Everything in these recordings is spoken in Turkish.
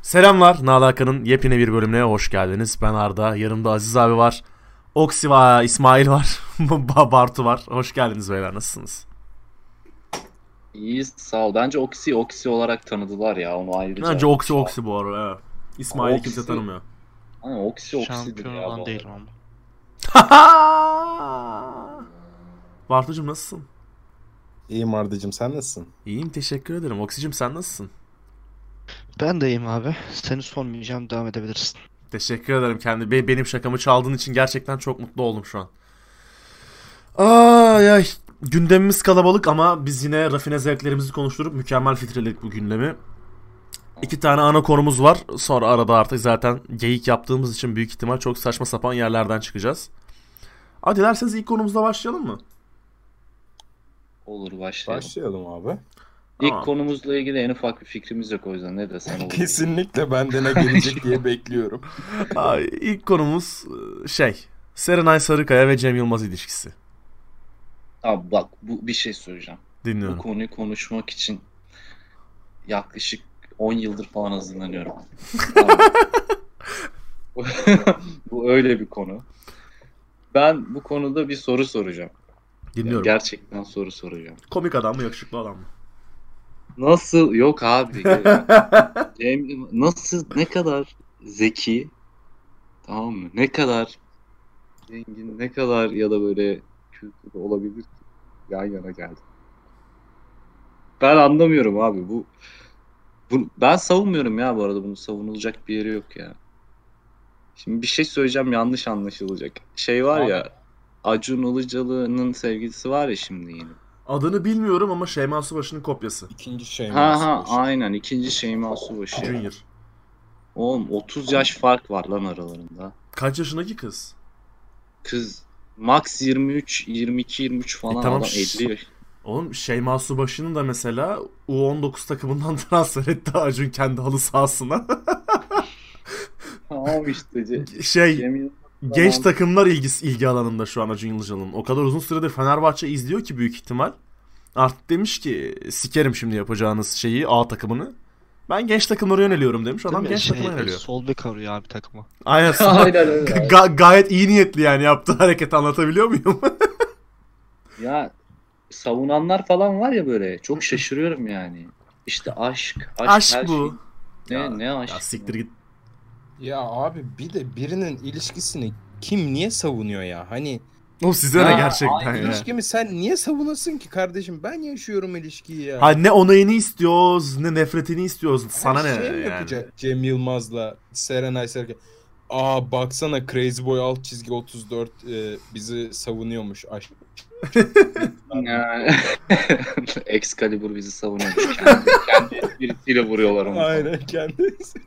Selamlar, Nalaka'nın yepyeni bir bölümüne hoş geldiniz. Ben Arda, yanımda Aziz abi var. Oksi var, İsmail var, Bartu var. Hoş geldiniz beyler, nasılsınız? İyiyiz, sağ ol. Bence Oksi olarak tanıdılar ya onu ayrıca. Bence Oksi bu arada. Evet. İsmail'i kimse Oksi, tanımıyor. hani Oksi'dir Şampiyon ya bu olan arada. değilim ama. Bartucuğum nasılsın? İyiyim Arda'cığım, sen nasılsın? İyiyim, teşekkür ederim. Oksicim sen nasılsın? Ben de iyiyim abi. Seni sormayacağım, devam edebilirsin. Teşekkür ederim benim şakamı çaldığın için gerçekten çok mutlu oldum şu an. Ay ay. Gündemimiz kalabalık ama biz yine rafine zevklerimizi konuşturup mükemmel filtreledik bu gündemi. 2 tane ana konumuz var. Sonra arada artık zaten geyik yaptığımız için büyük ihtimal çok saçma sapan yerlerden çıkacağız. Hadi dilerseniz ilk konumuzla başlayalım mı? Olur, başlayalım. Başlayalım abi. İlk Tamam. konumuzla ilgili en ufak bir fikrimiz yok, o yüzden ne desem olur. Kesinlikle bende ne gelecek diye bekliyorum. İlk konumuz Serenay Sarıkaya ve Cem Yılmaz ilişkisi. Abi bak, bu bir şey söyleyeceğim. Bu Dinliyorum. konuyu konuşmak için yaklaşık 10 yıldır falan hazırlanıyorum. Bu öyle bir konu. Ben bu konuda bir soru soracağım. Dinliyorum. Gerçekten soru soracağım. Komik adam mı, yakışıklı adam mı? Nasıl? Yok abi. Nasıl, ne kadar zeki, tamam mı? Ne kadar zengin, ne kadar ya da böyle kültürlü olabilir ki yan yana geldi. Ben anlamıyorum abi. Ben savunmuyorum ya bu arada. Bunun savunulacak bir yeri yok ya. Şimdi bir şey söyleyeceğim, yanlış anlaşılacak. Şey var Abi. ya, Acun Ilıcalı'nın sevgilisi var ya şimdi yeni. Adını bilmiyorum ama Şeyma Subaşı'nın kopyası. İkinci şey Aynen, ikinci Şeyma Subaşı. Junior. Oğlum 30 yaş fark var lan aralarında. Kaç yaşındaki kız? Kız max 23, 22, 23 falan, tamam, adam 50 yaş. Oğlum Şeyma Subaşı'nın da mesela U19 takımından transfer etti Acun kendi halı sahasına. Tamam işte. Cem Genç Yılmaz takımlar ilgi alanında şu an Acun Ilıcalı'nın. O kadar uzun süredir Fenerbahçe izliyor ki büyük ihtimal. Artık demiş ki sikerim şimdi yapacağınız şeyi, A takımını. Ben genç takımlara yöneliyorum demiş. Adam Değil mi? genç takıma yöneliyor. Sol bek arıyor abi takıma. Aynen. Aynen öyle. Gayet iyi niyetli yani yaptığı hareketi, anlatabiliyor muyum? Ya savunanlar falan var ya, böyle çok şaşırıyorum yani. İşte aşk Aşk her bu. şey. Ne aşk? Ya siktir git. Ya abi, bir de birinin ilişkisini kim niye savunuyor ya? Hani O size ne Ya, gerçekten ya. ilişkimi sen niye savunasın ki kardeşim? Ben yaşıyorum ilişkiyi ya. Ha, ne onayını istiyoruz ne nefretini istiyoruz. Sana ne Şey mi yani? yapacak Cem Yılmaz'la Serenay Sarıkaya? Baksana, Crazy Boy alt çizgi 34 bizi savunuyormuş. Aşk. Yani, Excalibur bizi savunuyormuş. Kendi espirisiyle vuruyorlar onu. Aynen, kendisi.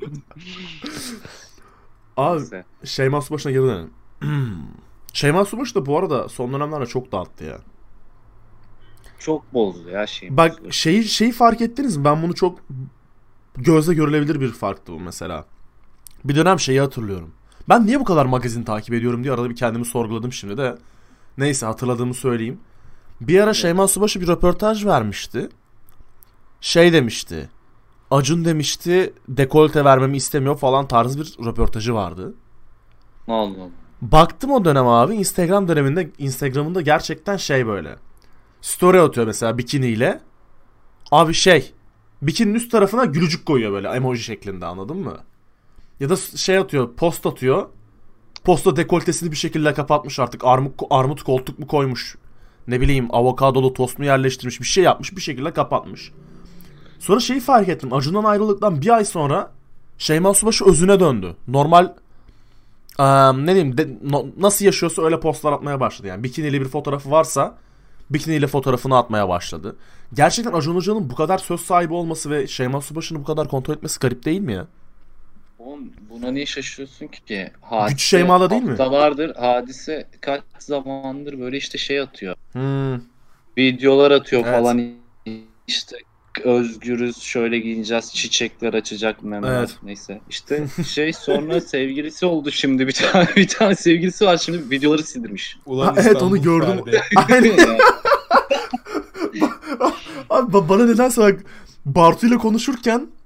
Abi Neyse. Şeyma Subaşı'na geri dönelim. Şeyma Subaşı da bu arada son dönemlerde çok dağıttı ya. Çok bozdu ya şey. Bak şeyi fark ettiniz mi? Ben bunu çok gözle görülebilir bir farktı bu mesela. Bir dönem şeyi hatırlıyorum. Ben niye bu kadar magazin takip ediyorum diye arada bir kendimi sorguladım şimdi de. Neyse, hatırladığımı söyleyeyim. Bir ara Şeyma Subaşı bir röportaj vermişti. Şey demişti. Acun demişti dekolte vermemi istemiyor falan tarzı bir röportajı vardı. Ne oldu? Baktım o dönem abi Instagram'ında gerçekten şey böyle. Story atıyor mesela bikiniyle. Abi bikininin üst tarafına gülücük koyuyor böyle emoji şeklinde, anladın mı? Ya da şey atıyor, post atıyor. Posta dekoltesini bir şekilde kapatmış artık. Armut koltuk mu koymuş? Ne bileyim, avokadolu tost mu yerleştirmiş, bir şey yapmış, bir şekilde kapatmış. Sonra şeyi fark ettim. Acun'dan ayrıldıktan bir ay sonra Şeyma Subaşı özüne döndü. Normal ne diyeyim nasıl yaşıyorsa öyle postlar atmaya başladı. Yani bikiniyle bir fotoğrafı varsa bikiniyle fotoğrafını atmaya başladı. Gerçekten Acun Ilıcalı'nın bu kadar söz sahibi olması ve Şeyma Subaşı'nı bu kadar kontrol etmesi garip değil mi ya? Oğlum buna niye şaşırıyorsun ki? Güç Şeyma'da değil mi? Haftalardır Hadise kaç zamandır böyle işte şey atıyor. Hmm. Videolar atıyor Evet. falan, işte özgürüz, şöyle giyineceğiz, çiçekler açacak memeler, Evet. neyse. İşte sonra sevgilisi oldu şimdi, bir tane sevgilisi var şimdi, videoları sildirmiş. Ulan Evet, İstanbul onu gördüm. Ferdi. Aynen. Abi bana nedense bak, Bartu ile konuşurken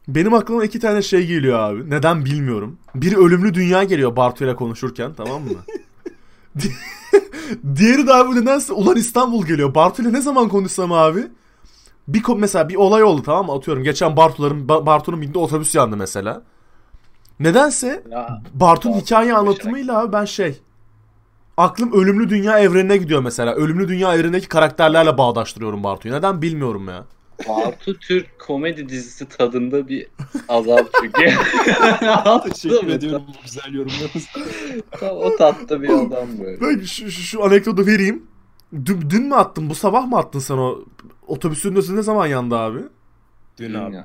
Benim aklıma 2 tane şey geliyor abi. Neden bilmiyorum. Biri Ölümlü Dünya geliyor Bartu ile konuşurken, tamam mı? Diğeri de abi nedense Ulan İstanbul geliyor. Bartu ile ne zaman konuşsam abi. Mesela bir olay oldu, tamam mı? Atıyorum geçen Bartu'nun bindiği otobüs yandı mesela. Nedense Ya, Bartu'nun Bartu hikaye başına anlatımıyla abi ben aklım Ölümlü Dünya evrenine gidiyor mesela. Ölümlü Dünya evrenindeki karakterlerle bağdaştırıyorum Bartu'yu. Neden bilmiyorum ya. Bartu Türk komedi dizisi tadında bir azap çünkü. Teşekkür ediyorum bu güzel yorumlarınız. Tam o tatta bir adam böyle. Ben şu anekdotu vereyim. Dün mü attın? Bu sabah mı attın sen o otobüsün önüne ne zaman yandı abi? Dün abi.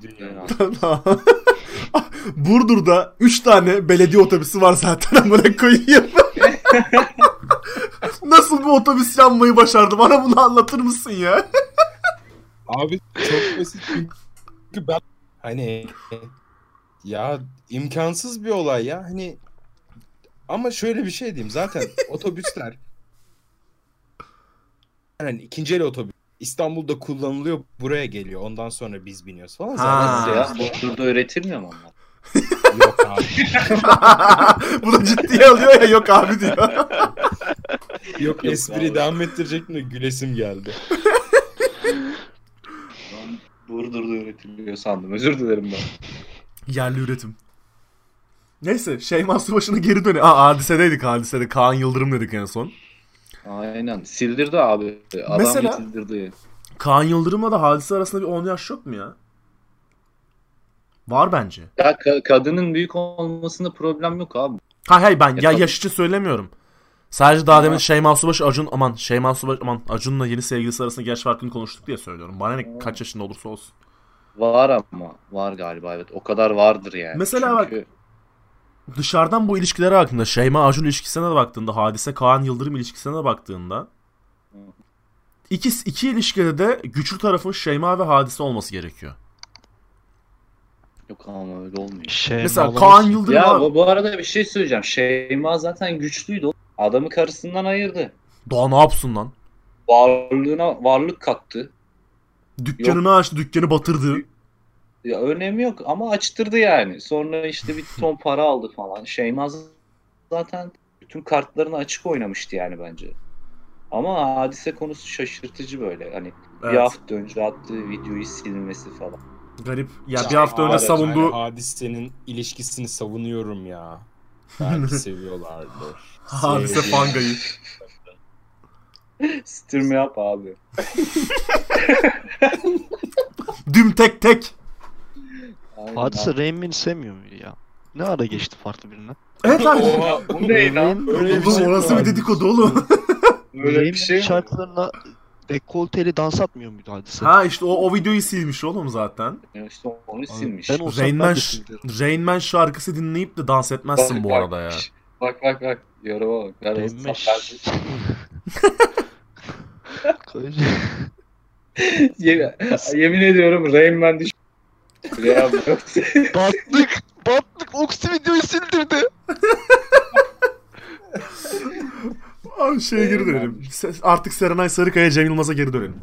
Burdur'da 3 tane belediye otobüsü var zaten, amına koyayım. Nasıl bu otobüs yanmayı başardı? Bana bunu anlatır mısın ya? Abi çok basit çünkü ben hani ya imkansız bir olay ya hani ama şöyle bir şey diyeyim zaten otobüsler yani ikinci el otobüs İstanbul'da kullanılıyor buraya geliyor ondan sonra biz biniyoruz falan Ha. zaten Ya Burdur'da öğretilmiyor mu onlar? yok abi. Bu da ciddiye alıyor ya, yok abi diyor. Yok Yok espri abi. devam ettirecektim de gülesim geldi. Ben Burdur'da öğretiliyor sandım. Özür dilerim ben. Yerli üretim. Neyse, Şeyma Subaşı'na geri dönelim. Hadisedeydik, Hadisede. Kaan Yıldırım dedik en son. Aynen. Sildirdi abi. Adam Mesela- sildirdi. Kaan Yıldırım'la da Hadise arasında bir 10 yaş yok mu ya? Var bence. Ya kadının büyük olmasında problem yok abi. Hayır ben ya tabii. yaş için söylemiyorum. Sadece daha demin Ama- Şeyma Subaşı Acun'la yeni sevgilisi arasında yaş farkını konuştuk diye söylüyorum. Bana ne kaç yaşında olursa olsun. Var ama. Var galiba evet. O kadar vardır yani. Mesela bak- Çünkü Dışarıdan bu ilişkilere baktığında, Şeyma Acun ilişkisine de baktığında, Hadise Kaan Yıldırım ilişkisine de baktığında iki ilişkide de güçlü tarafın Şeyma ve Hadise olması gerekiyor. yok ama öyle olmuyor. Mesela Bağlaması- Kaan Yıldırım Ya abi, bu arada bir şey söyleyeceğim. Şeyma zaten güçlüydü. Adamı karısından ayırdı. daha ne yapsın lan? Varlığına varlık kattı. Dükkanını açtı, dükkanı batırdı. Ya önemi yok ama açtırdı yani. Sonra işte bir ton para aldı falan. Şeyma zaten bütün kartlarını açık oynamıştı yani bence. Ama hadise konusu şaşırtıcı böyle. Hani bir Evet. hafta önce attığı videoyu silmesi falan. Garip. Ya bir hafta önce evet, savunduğu... Yani Hadise'nin ilişkisini savunuyorum ya. Belki seviyorlardır. Hadise Sevdiğim- Fanga'yı. Stirme yap abi. Düm tek tek. Aynen Hadise abi. Rain Man'i sevmiyor muydu ya? Ne ara geçti farklı birine? Evet abi. Oha, Bu ne lan? Öyle bir Oğlum şey orası bir varmış. dedikodu oğlum. Böyle Rain bir şey mi? şarkılarına dekolteli dans atmıyor muydu Hadise? Ha işte o videoyu silmiş oğlum zaten. Ya işte onu silmiş. Ben olsam Rain ben Man, de sildirim. Rain Man şarkısı dinleyip de dans etmezsin bu arada ya. Bak. Yoruma bak. Ben Rain olsam Man... yemin ediyorum Rain Man düş. Ya Battık. Oksi videoyu sildirdi. Abi şeye geri dönelim. Artık Serenay Sarıkaya, Cem Yılmaz'a geri dönelim.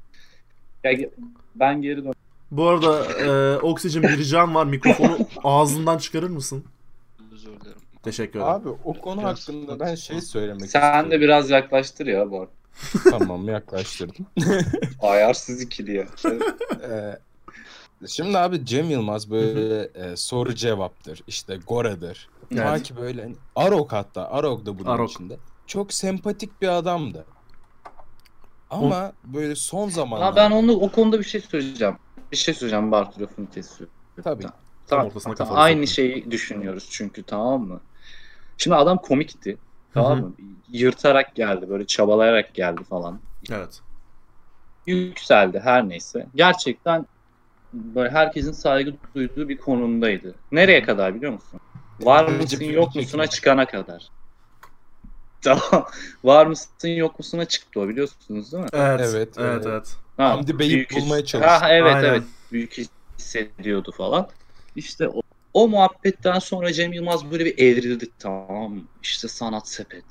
ben geri dön. Bu arada Oxygen bir ricam var. Mikrofonu ağzından çıkarır mısın? Özür dilerim. Teşekkür ederim. Abi o konu Biraz hakkında ben şey söylemek Sen istiyorum. de biraz yaklaştır ya bu arada. Tamam yaklaştırdım. Ayarsız ikili ya. Şimdi abi Cem Yılmaz böyle soru cevaptır, işte Gora'dır. Evet. Ta ki böyle hani Arog hatta, Arog da bunun Arog. içinde. Çok sempatik bir adamdı. Ama böyle son zamanlarda... Ha ben o konuda bir şey söyleyeceğim. Bir şey söyleyeceğim Bartu lafını kesiyorum. Tabii. Tam ortasına kafanı Aynı soktun. şeyi düşünüyoruz çünkü tamam mı? Şimdi adam komikti. Tamam Hı hı. mı? Yırtarak geldi böyle çabalayarak geldi falan. Evet. Yükseldi her neyse. Gerçekten böyle herkesin saygı duyduğu bir konumdaydı. Nereye kadar biliyor musun? Var mısın yok musuna çıkana kadar. Tamam. Var mısın yok musuna çıktı o biliyorsunuz değil mi? Evet. Evet. Ha, Hamdi Bey'i büyük bulmaya his- çalıştı. Ha, evet Aynen. evet. Büyük hissediyordu falan. İşte o muhabbetten sonra Cem Yılmaz böyle bir evrildi tamam mı? İşte sanat sepet.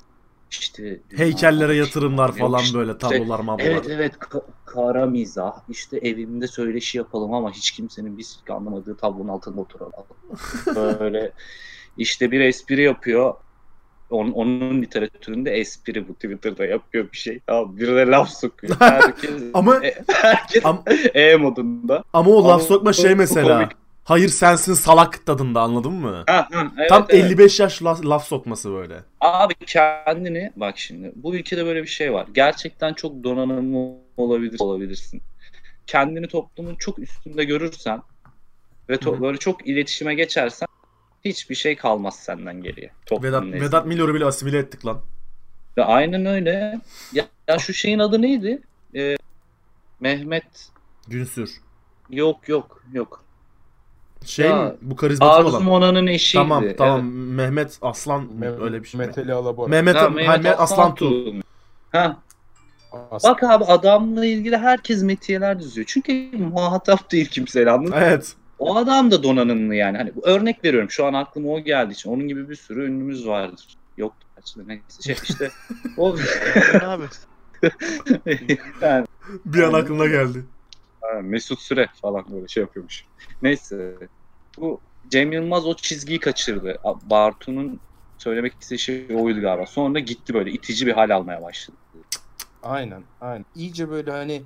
İşte Heykellere yatırımlar Yok falan işte- böyle tablolar mablolar. Evet kara mizah. İşte evimde söyleşi yapalım ama hiç kimsenin bir sik anlamadığı tablonun altında oturalım. Böyle işte bir espri yapıyor. Onun literatüründe espri bu, Twitter'da yapıyor bir şey. Tamam, birine laf sokuyor. Herkes, Ama- herkes Am- modunda. Ama o laf Ama sokma şey bu mesela. komik. Hayır sensin salak tadında, anladın mı? Evet, Tam evet. 55 yaş laf sokması böyle. Abi kendini bak şimdi, bu ülkede böyle bir şey var. Gerçekten çok donanımlı olabilirsin. Kendini toplumun çok üstünde görürsen ve böyle çok iletişime geçersen hiçbir şey kalmaz senden geriye. Toplumun nezdinde. Vedat Milor'u bile asimile ettik lan. Ve aynen öyle. Ya şu şeyin adı neydi? Mehmet Günsür. yok. Şey Ya, mi? Bu karizmatik Arzu olan. Mona'nın eşiydi. Tamam. Evet. Mehmet Aslan öyle bir şey. Mehmet Ali Alabora. Mehmet Mehmet Aslan Tuğ. Ha, Aslında bak abi, adamla ilgili herkes metiyeler düzüyor. Çünkü muhatap değil kimseyle, anladın mı? Evet. O adam da donanımlı yani. Hani örnek veriyorum, şu an aklıma o geldiği için. Onun gibi bir sürü ünlümüz vardır. Yok gerçi de neyse. İşte o Abi. yani, Bir an aklına geldi. Mesut Süre falan böyle şey yapıyormuş. Neyse. Bu Cem Yılmaz o çizgiyi kaçırdı. Bartu'nun söylemek istediği şey oydu galiba. Sonra gitti, böyle itici bir hal almaya başladı. aynen. İyice böyle hani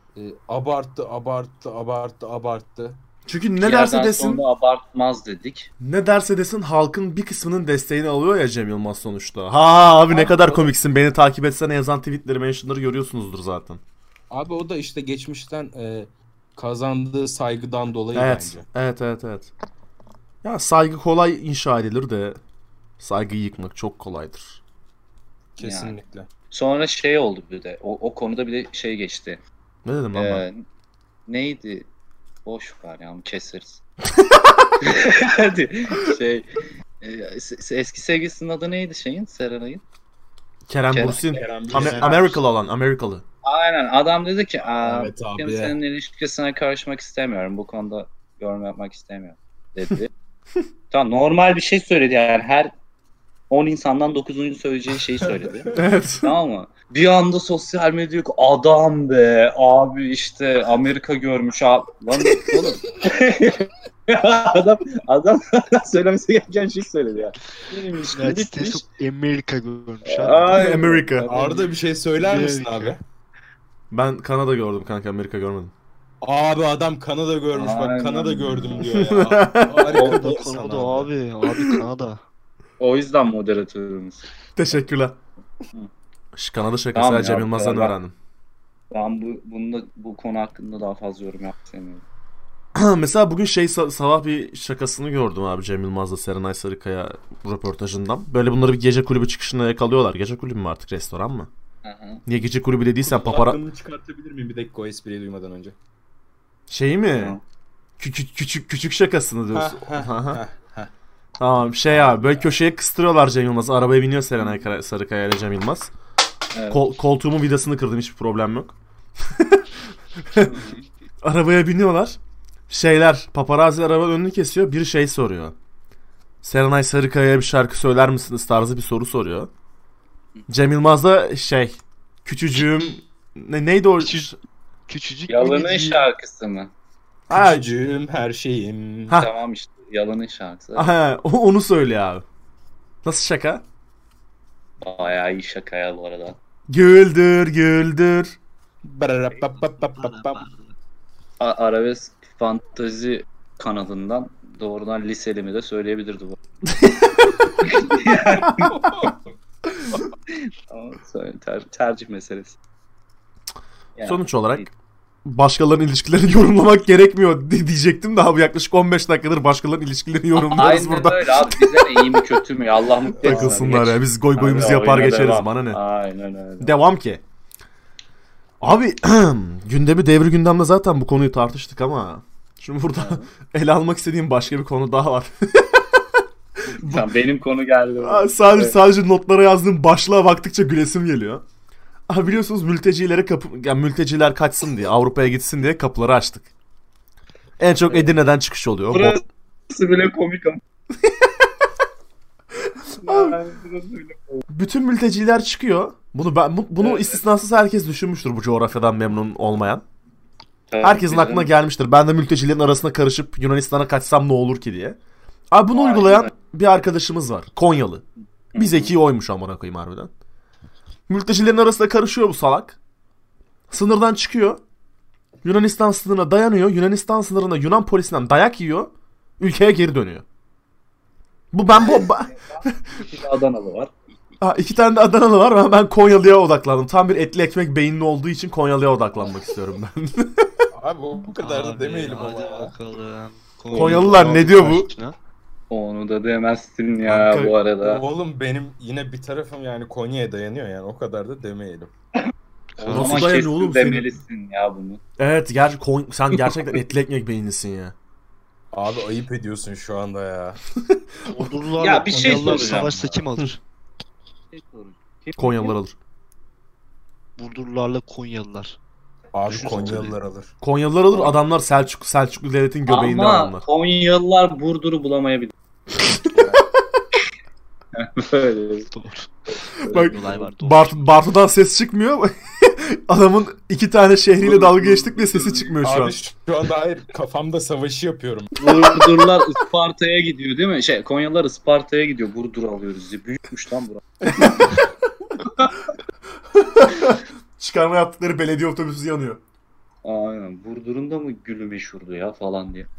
abarttı. Çünkü Bir ne derse yerden desin, sonra abartmaz dedik. ne derse desin halkın bir kısmının desteğini alıyor ya Cem Yılmaz sonuçta. Ha abi ne Abi, kadar o da- komiksin, beni takip etsene yazan tweetleri, mentionları görüyorsunuzdur zaten. Abi o da işte geçmişten kazandığı saygıdan dolayı Evet. bence. Evet. Ya saygı kolay inşa edilir de saygıyı yıkmak çok kolaydır. Kesinlikle. Sonra şey oldu bir de. O konuda bir de şey geçti. Ne dedim lan ben? Neydi? Boş ver ya, keseriz. Hadi şey eski sevgilisinin adı neydi şeyin, Serenay'ın? Kerem Kerem- Bürsin. Kerem Amerikalı olan, Amerikalı. Aynen, adam dedi ki Evet abi. kimsenin ilişkisine karışmak istemiyorum. Bu konuda yorum yapmak istemiyorum dedi. Tamam, normal bir şey söyledi yani, her 10 insandan 9'unun söyleyeceği şeyi söyledi. Evet. Tamam mı? Bir anda sosyal medya yok. Adam be abi, işte Amerika görmüş abi. Lan oğlum. adam söylemesi gereken şey söyledi ya. Benim ilişkim United bitmiş. States of America görmüş abi. Aynen. Amerika. Arda bir şey söyler misin Amerika. abi? Ben Kanada gördüm kanka, Amerika görmedim. Abi adam Kanada görmüş, bak Aynen. Kanada gördüm diyor ya. Harika O- bir O insan konuda abi. abi Kanada. O yüzden moderatörümüz. Teşekkürler. Kanada şakası Tamam ya, ya, Cem Yılmaz'dan ben- öğrendim. Ben bu konu hakkında daha fazla yorum yapmak istemiyorum. Mesela bugün sabah bir şakasını gördüm abi Cem Yılmaz'la Serenay Sarıkaya röportajından. Böyle bunları bir gece kulübü çıkışında yakalıyorlar. Gece kulübü mü artık, restoran mı? Hı hı. Niye gece kulübü dediysen papara... Aklımı çıkartabilir miyim bir dakika o espriyi duymadan önce? Şeyi mi? Tamam. Küçük şakasını diyorsun. Ha, Aha. ha, ha. Tamam abi böyle köşeye kıstırıyorlar Cem Yılmaz'ı. Arabaya biniyor Serenay Sarıkaya ile Cem Yılmaz. Evet. Koltuğumun vidasını kırdım, hiçbir problem yok. Arabaya biniyorlar. Paparazzi arabanın önünü kesiyor. Bir şey soruyor. Serenay Sarıkaya'ya bir şarkı söyler misiniz tarzı bir soru soruyor. Cem Yılmaz da küçücüğüm neydi o? Küçücük Yalanın minicik. şarkısı mı? Ha, Küçücüğüm her şeyim. Ha. Tamam işte, Yalanın şarkısı. aha, onu söylüyor abi. Nasıl şaka? Bayağı iyi şaka ya bu arada. Güldür. Bararapapapapapam. Arabesk Fantazi kanalından doğrudan liselimi de söyleyebilirdi bu. Ama tercih meselesi. Yani, Sonuç olarak başkalarının ilişkilerini yorumlamak gerekmiyor diyecektim de abi yaklaşık 15 dakikadır başkalarının ilişkilerini yorumluyoruz aynen burada. öyle abi, bize ne, iyi mi kötü mü, Allah mutlu etsin. Takılsınlar Geç. ya, biz goyumuzu Hadi yapar oyuna geçeriz, devam. bana ne. Aynen öyle. Devam ki. Abi gündemi devri gündemde zaten bu konuyu tartıştık ama şimdi burada ele almak istediğim başka bir konu daha var. Tamam, benim konu geldi. Sadece notlara yazdığım başlığa baktıkça gülesim geliyor. Abi biliyorsunuz mülteciler kaçsın diye, Avrupa'ya gitsin diye kapıları açtık. En çok Edirne'den çıkış oluyor. Burası bile komik ama. Bütün mülteciler çıkıyor. Bunu istisnasız herkes düşünmüştür, bu coğrafyadan memnun olmayan. Herkesin aklına gelmiştir. Ben de mültecilerin arasına karışıp Yunanistan'a kaçsam ne olur ki diye. Abi bunu uygulayan bir arkadaşımız var. Konyalı. Bir zeki oymuş amına koyayım harbiden. Mültecilerin arasında karışıyor bu salak. Sınırdan çıkıyor. Yunanistan sınırına dayanıyor. Yunanistan sınırında Yunan polisinden dayak yiyor. Ülkeye geri dönüyor. Bu İki Adanalı var. İki tane de Adanalı var ama ben Konyalı'ya odaklandım. Tam bir etli ekmek beyinli olduğu için Konyalı'ya odaklanmak istiyorum ben. Abi bu kadar da demeyelim ama hadi ya. bakalım. Konyalılar ne diyor bu? Onu da demezsin ya Kanka, bu arada. Oğlum benim yine bir tarafım yani Konya'ya dayanıyor yani o kadar da demeyelim. O Nasıl zaman dayanıyor oğlum kesin senin? demelisin ya bunu. Evet, sen gerçekten etli ekmek beyinlisin ya. Abi ayıp ediyorsun şu anda ya. Ordulularla Ya bir şey Konyalılar soracağım. savaşsa kim alır? Konyalılar alır. Burdurlularla Konyalılar. Abi Düşünsene. Konyalılar alır. Konyalılar alır, adamlar Selçuklu devletin göbeğinde Ama adamlar. Konyalılar Burdur'u bulamayabilir. Böyle. Doğru. Bak, Böyle bir olay var. Doğru. Bartu'dan ses çıkmıyor. Adamın iki tane şehriyle dalga geçtik diye sesi çıkmıyor şu an. Abi şu anda hayır kafamda savaşı yapıyorum. Burdurlar Isparta'ya gidiyor değil mi? Konyalılar Isparta'ya gidiyor. Burdur'u alıyoruz diye. Büyükmüş lan bura. Çıkarma yaptıkları belediye otobüsü yanıyor. Aynen. Burdur'un da mı gülü meşhurdu ya falan diye.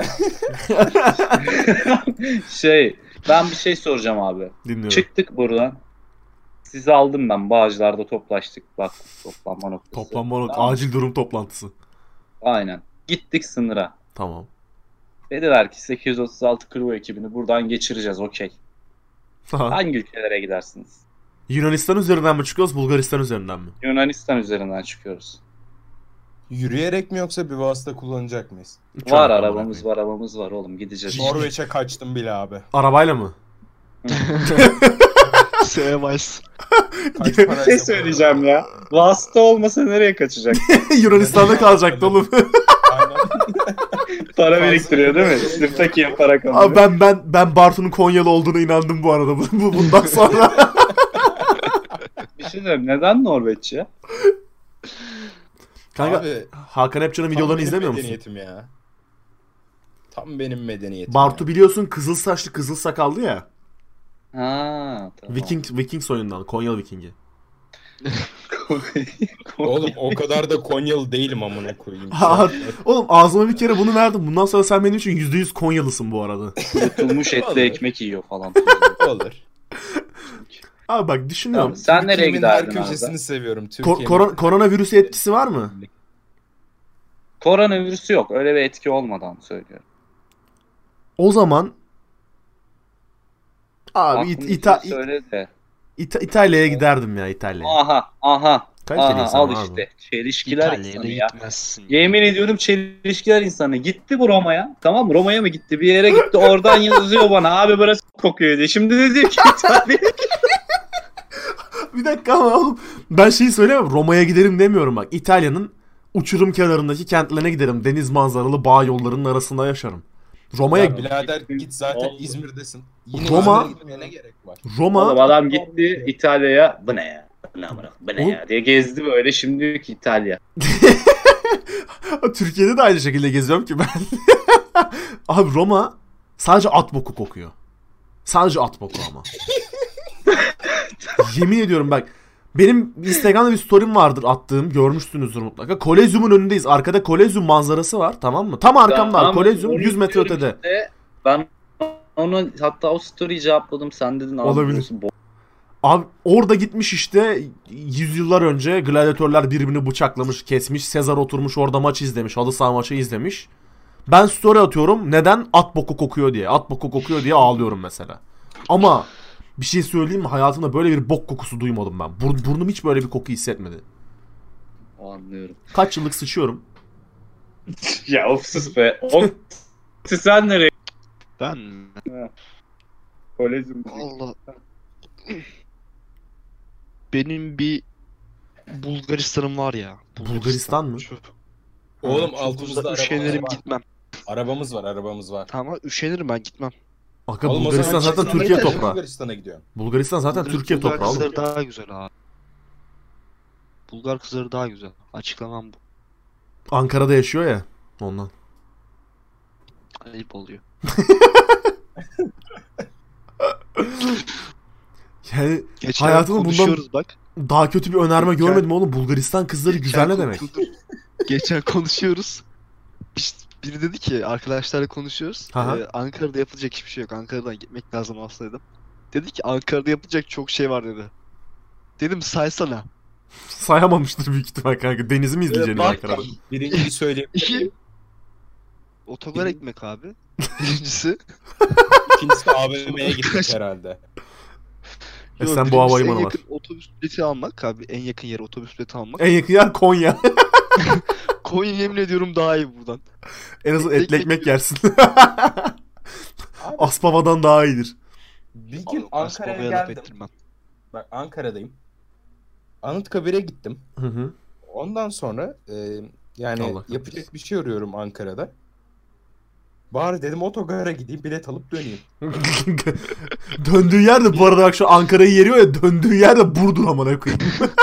Ben bir şey soracağım abi. Dinliyorum. Çıktık buradan. Sizi aldım ben. Bağcılar'da toplaştık. Bak toplanma noktası. Toplanma Tamam. acil durum toplantısı. Aynen. Gittik sınıra. Tamam. Dediler ki 836 Kruva ekibini buradan geçireceğiz. Okey. Hangi ülkelere gidersiniz? Yunanistan üzerinden mi çıkıyoruz, Bulgaristan üzerinden mi? Yunanistan üzerinden çıkıyoruz. Yürüyerek mi yoksa bir vasıta kullanacak mıyız? Var arabamız var oğlum gideceğiz. Norveç'e kaçtım bile abi. Arabayla mı? Sevmez. Kaç Bir paraysa şey söyleyeceğim ya. Vasıta olmasa nereye kaçacak? Yunanistan'da kalacaktı oğlum. Aynen. Para biriktiriyor değil mi? Sırttakiye para kalıyor. Abi ben Bartu'nun Konyalı olduğuna inandım bu arada. Bundan sonra. Bir şey diyeyim. Neden Norveç ya? Kanka Abi, Hakan Epcan'ın videolarını benim izlemiyor musun? medeniyetim ya. Tam benim medeniyetim. Bartu ya. biliyorsun kızıl saçlı kızıl sakallı ya. Ha, tamam. Viking soyundan, Konyalı Vikingi. Oğlum o kadar da Konyalı değilim amına koyayım. Oğlum ağzıma bir kere bunu verdim. Bundan sonra sen benim için %100 Konyalısın bu arada. Kurutulmuş etli Olur. ekmek yiyor falan. Olur. Abi bak düşünüyorum. Sen nereye Türkiye'min her giderdin köşesini abi? seviyorum. Türkiye'min. Koronavirüsü etkisi var mı? Koronavirüsü yok. Öyle bir etki olmadan söylüyorum. O zaman abi Aklımdaki söyle de. İtalya'ya giderdim ya, İtalya'ya. Aha. Kaliteli insan Al abi. işte. Çelişkiler İtalya'ya insanı da ya. gitmezsin. Yemin ediyorum çelişkiler insanı. Gitti bu Roma'ya. Tamam mı? Roma'ya mı gitti? Bir yere gitti. Oradan yazıyor bana. Abi burası kokuyor diye. Şimdi de diyor ki İtalya. Bir dakika ama oğlum ben şeyi söylemiyorum. Roma'ya giderim demiyorum bak. İtalya'nın uçurum kenarındaki kentlerine giderim. Deniz manzaralı bağ yollarının arasında yaşarım. Roma'ya Ya birader git zaten Oğlum. İzmir'desin. Yine Roma- İzmir'e gitmeye ne gerek var? Roma Oğlum adam gitti İtalya'ya. Bu ne ya? Bu ne ya? Diye gezdi böyle. Şimdi diyor ki İtalya. Türkiye'de de aynı şekilde geziyorum ki ben. Abi Roma sadece at boku kokuyor. Sadece at boku ama. Yemin ediyorum bak. Benim Instagram'da bir story'm vardır attığım. Görmüşsünüzdür mutlaka. Kolezyum'un önündeyiz. Arkada Kolezyum manzarası var, tamam mı? Tam arkamda Tamam, Kolezyum onu 100 metre diyorum ötede. işte. Ben onu hatta o story'i cevapladım. Sen dedin abi Olabilir. burası Abi orada gitmiş işte yüzyıllar önce gladyatörler birbirini bıçaklamış, kesmiş. Sezar oturmuş orada maç izlemiş. Halı saha maçı izlemiş. Ben story atıyorum. Neden? At boku kokuyor diye. At boku kokuyor diye ağlıyorum mesela. Ama bir şey söyleyeyim mi? Hayatımda böyle bir bok kokusu duymadım ben. Burnum hiç böyle bir koku hissetmedi. O anlıyorum. Kaç yıllık sıçıyorum. Ya of sus be. Sen nereye? Ben Kolezyum. Allah. Benim bir Bulgaristan'ım var ya. Bulgaristan mı? Şu- Oğlum Çok altımızda uzak arabamız üşenirim var. gitmem. Arabamız var. Ama üşenirim ben gitmem. Aga Oğlum o Bulgaristan zaman zaten çıksana, Türkiye yeter, toprağı. Bulgaristan'a gidiyorsun. Bulgaristan zaten Türkiye Bulgar toprağı oğlum. kızları daha güzel abi. Bulgar kızları daha güzel. Açıklamam bu. Ankara'da yaşıyor ya ondan. Ayıp oluyor. Yani Geçen hayatımda bundan konuşuyoruz bak. daha kötü bir önerme Geçen- görmedim oğlum. Bulgaristan kızları güzel ne demek? Geçen konuşuyoruz. Biri dedi ki arkadaşlarla konuşuyoruz. Aha. Ankara'da yapılacak hiçbir şey yok. Ankara'dan gitmek lazım aslında dedim. Dedi ki Ankara'da yapılacak çok şey var dedi. Dedim saysana. Sayamamıştır büyük ihtimal kanka. Denizi mi izleyeceğini bak- Ankara'da? Birinciyi söyleyebilir İki. miyim? Otogar ekmek abi. Birincisi. İkincisi AVM'ye gittik herhalde. Yok, sen bu birincisi havalimanı en var. yakın otobüs bileti almak abi. En yakın yere otobüs bileti almak. En yakın yer Konya. Konya yemin ediyorum daha iyi buradan. En azından etli ekmek yersin. Abi, Aspava'dan daha iyidir. bir gün Oğlum, Ankara'ya Aspava'ya laf geldim. ettirmem. Bak Ankara'dayım. Anıtkabir'e gittim. Hı hı. Ondan sonra yani Allah kahretsin. yapacak bir şey arıyorum Ankara'da. Bari dedim otogara gideyim bilet alıp döneyim. Döndüğü yerde bu arada bak şu Ankara'yı yeriyor ya, döndüğü yerde Burdur amına koyayım.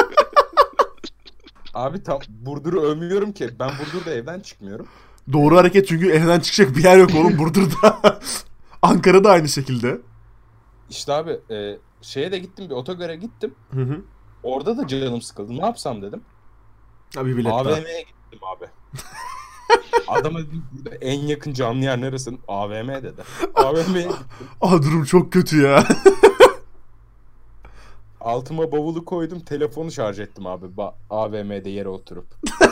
Abi tam Burdur'u övmüyorum ki. Ben Burdur'da evden çıkmıyorum. Doğru hareket, çünkü evden çıkacak bir yer yok oğlum Burdur'da. Ankara'da aynı şekilde. İşte abi şeye de gittim, bir otogara gittim. Hı hı. Orada da canım sıkıldı. Ne yapsam dedim. Abi bilet daha. AVM'ye gittim abi. Adama dedim burada en yakın canlı yer neresi? AVM dedi. AVM'ye gittim. Aa, durum çok kötü ya. Altıma bavulu koydum. Telefonu şarj ettim abi. AVM'de yere oturup.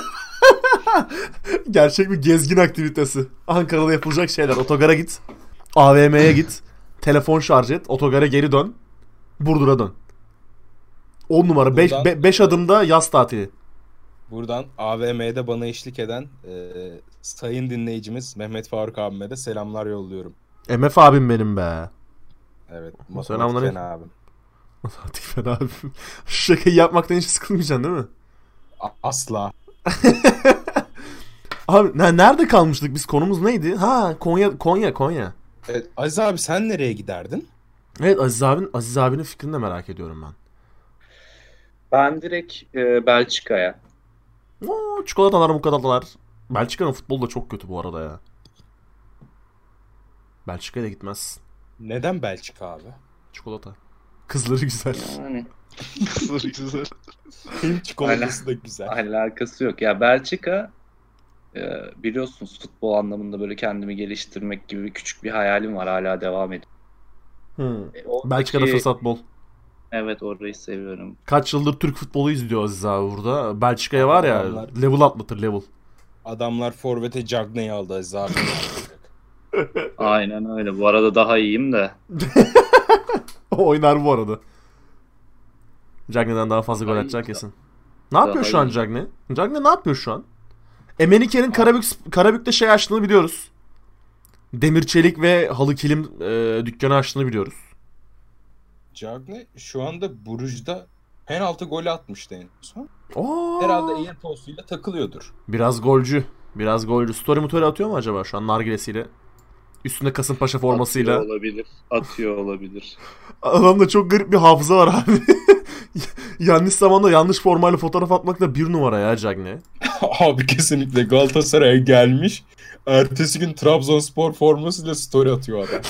Gerçek bir gezgin aktivitesi. Ankara'da yapılacak şeyler. Otogara git. AVM'ye git. Telefon şarj et. Otogara geri dön. Burdur'a dön. 10 numara. 5 Buradan- adımda yaz tatili. Buradan AVM'de bana eşlik eden sayın dinleyicimiz Mehmet Faruk abime de selamlar yolluyorum. MF abim benim be. Evet. Selamlar. Matematik abim. Matematik ben abim. Şu şakayı yapmaktan hiç sıkılmayacaksın değil mi? Asla. Abi nerede kalmıştık biz? Konumuz neydi? Ha, Konya. Evet, Aziz abi sen nereye giderdin? Evet, Aziz abinin fikrini de merak ediyorum ben. Ben direkt Belçika'ya. Oo, çikolatalar. Belçika'nın futbolu da çok kötü bu arada ya. Belçika'ya da gitmez. Neden Belçika abi? Çikolata. Kızları güzel. Yani Güzel. Hem çikolatası da güzel. alakası yok. Ya Belçika biliyorsunuz futbol anlamında böyle kendimi geliştirmek gibi küçük bir hayalim var. Hala devam ediyor. Oradaki- Belçika'da fırsat bol. Evet, orayı seviyorum. Kaç yıldır Türk futbolu izliyor Aziz abi burada. Belçika'ya var ya, Adamlar- level atlatır level. Adamlar forvete Cagney'i aldı Aziz abi. Aynen öyle. Bu arada daha iyiyim de. Oynar bu arada. Cagney'den daha fazla gol Daha atacak iyi. kesin. Ne yapıyor Daha şu an iyi. Cagney? Cagney ne yapıyor şu an? Emenike'nin Karabük'te şey açtığını biliyoruz. Demir çelik ve halı kilim dükkanı açtığını biliyoruz. Cagney şu anda Bruges'da penaltı golü atmıştı en son. Oo. Herhalde AirPods'uyla takılıyordur. Biraz golcü. Story motoru atıyor mu acaba şu an nargilesiyle? Üstünde Kasımpaşa formasıyla. Atıyor olabilir. Adamda çok garip bir hafıza var abi. Yanlış zamanda yanlış formayla fotoğraf atmakla bir numara ya Cagney. Abi kesinlikle Galatasaray'a gelmiş. Ertesi gün Trabzonspor formasıyla story atıyor adam.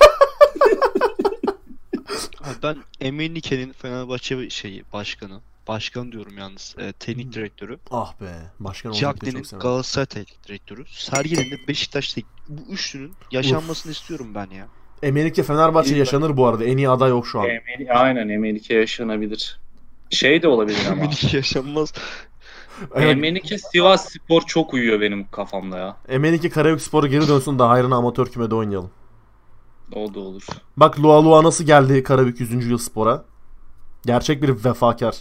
Abi ben Emenike'nin Fenerbahçe başkanı diyorum yalnız, teknik direktörü. Ah be. Başkan olmak da Cagney'in çok severim. Galatasaray teknik direktörü. Sergen'in de Beşiktaş bu üçlünün yaşanmasını istiyorum ben ya. Emenike Fenerbahçe yaşanır bu arada. En iyi aday yok şu an. Aynen, Emenike yaşanabilir. Şey de olabilir ama. Emenike yaşanmaz. Emenike Sivas Spor çok uyuyor benim kafamda ya. Emenike Karabükspor'a geri dönsün de hayrına amatör kümede oynayalım. O da olur. Bak Lua nasıl geldi Karabük 100. Yıl Spor'a? Gerçek bir vefakar.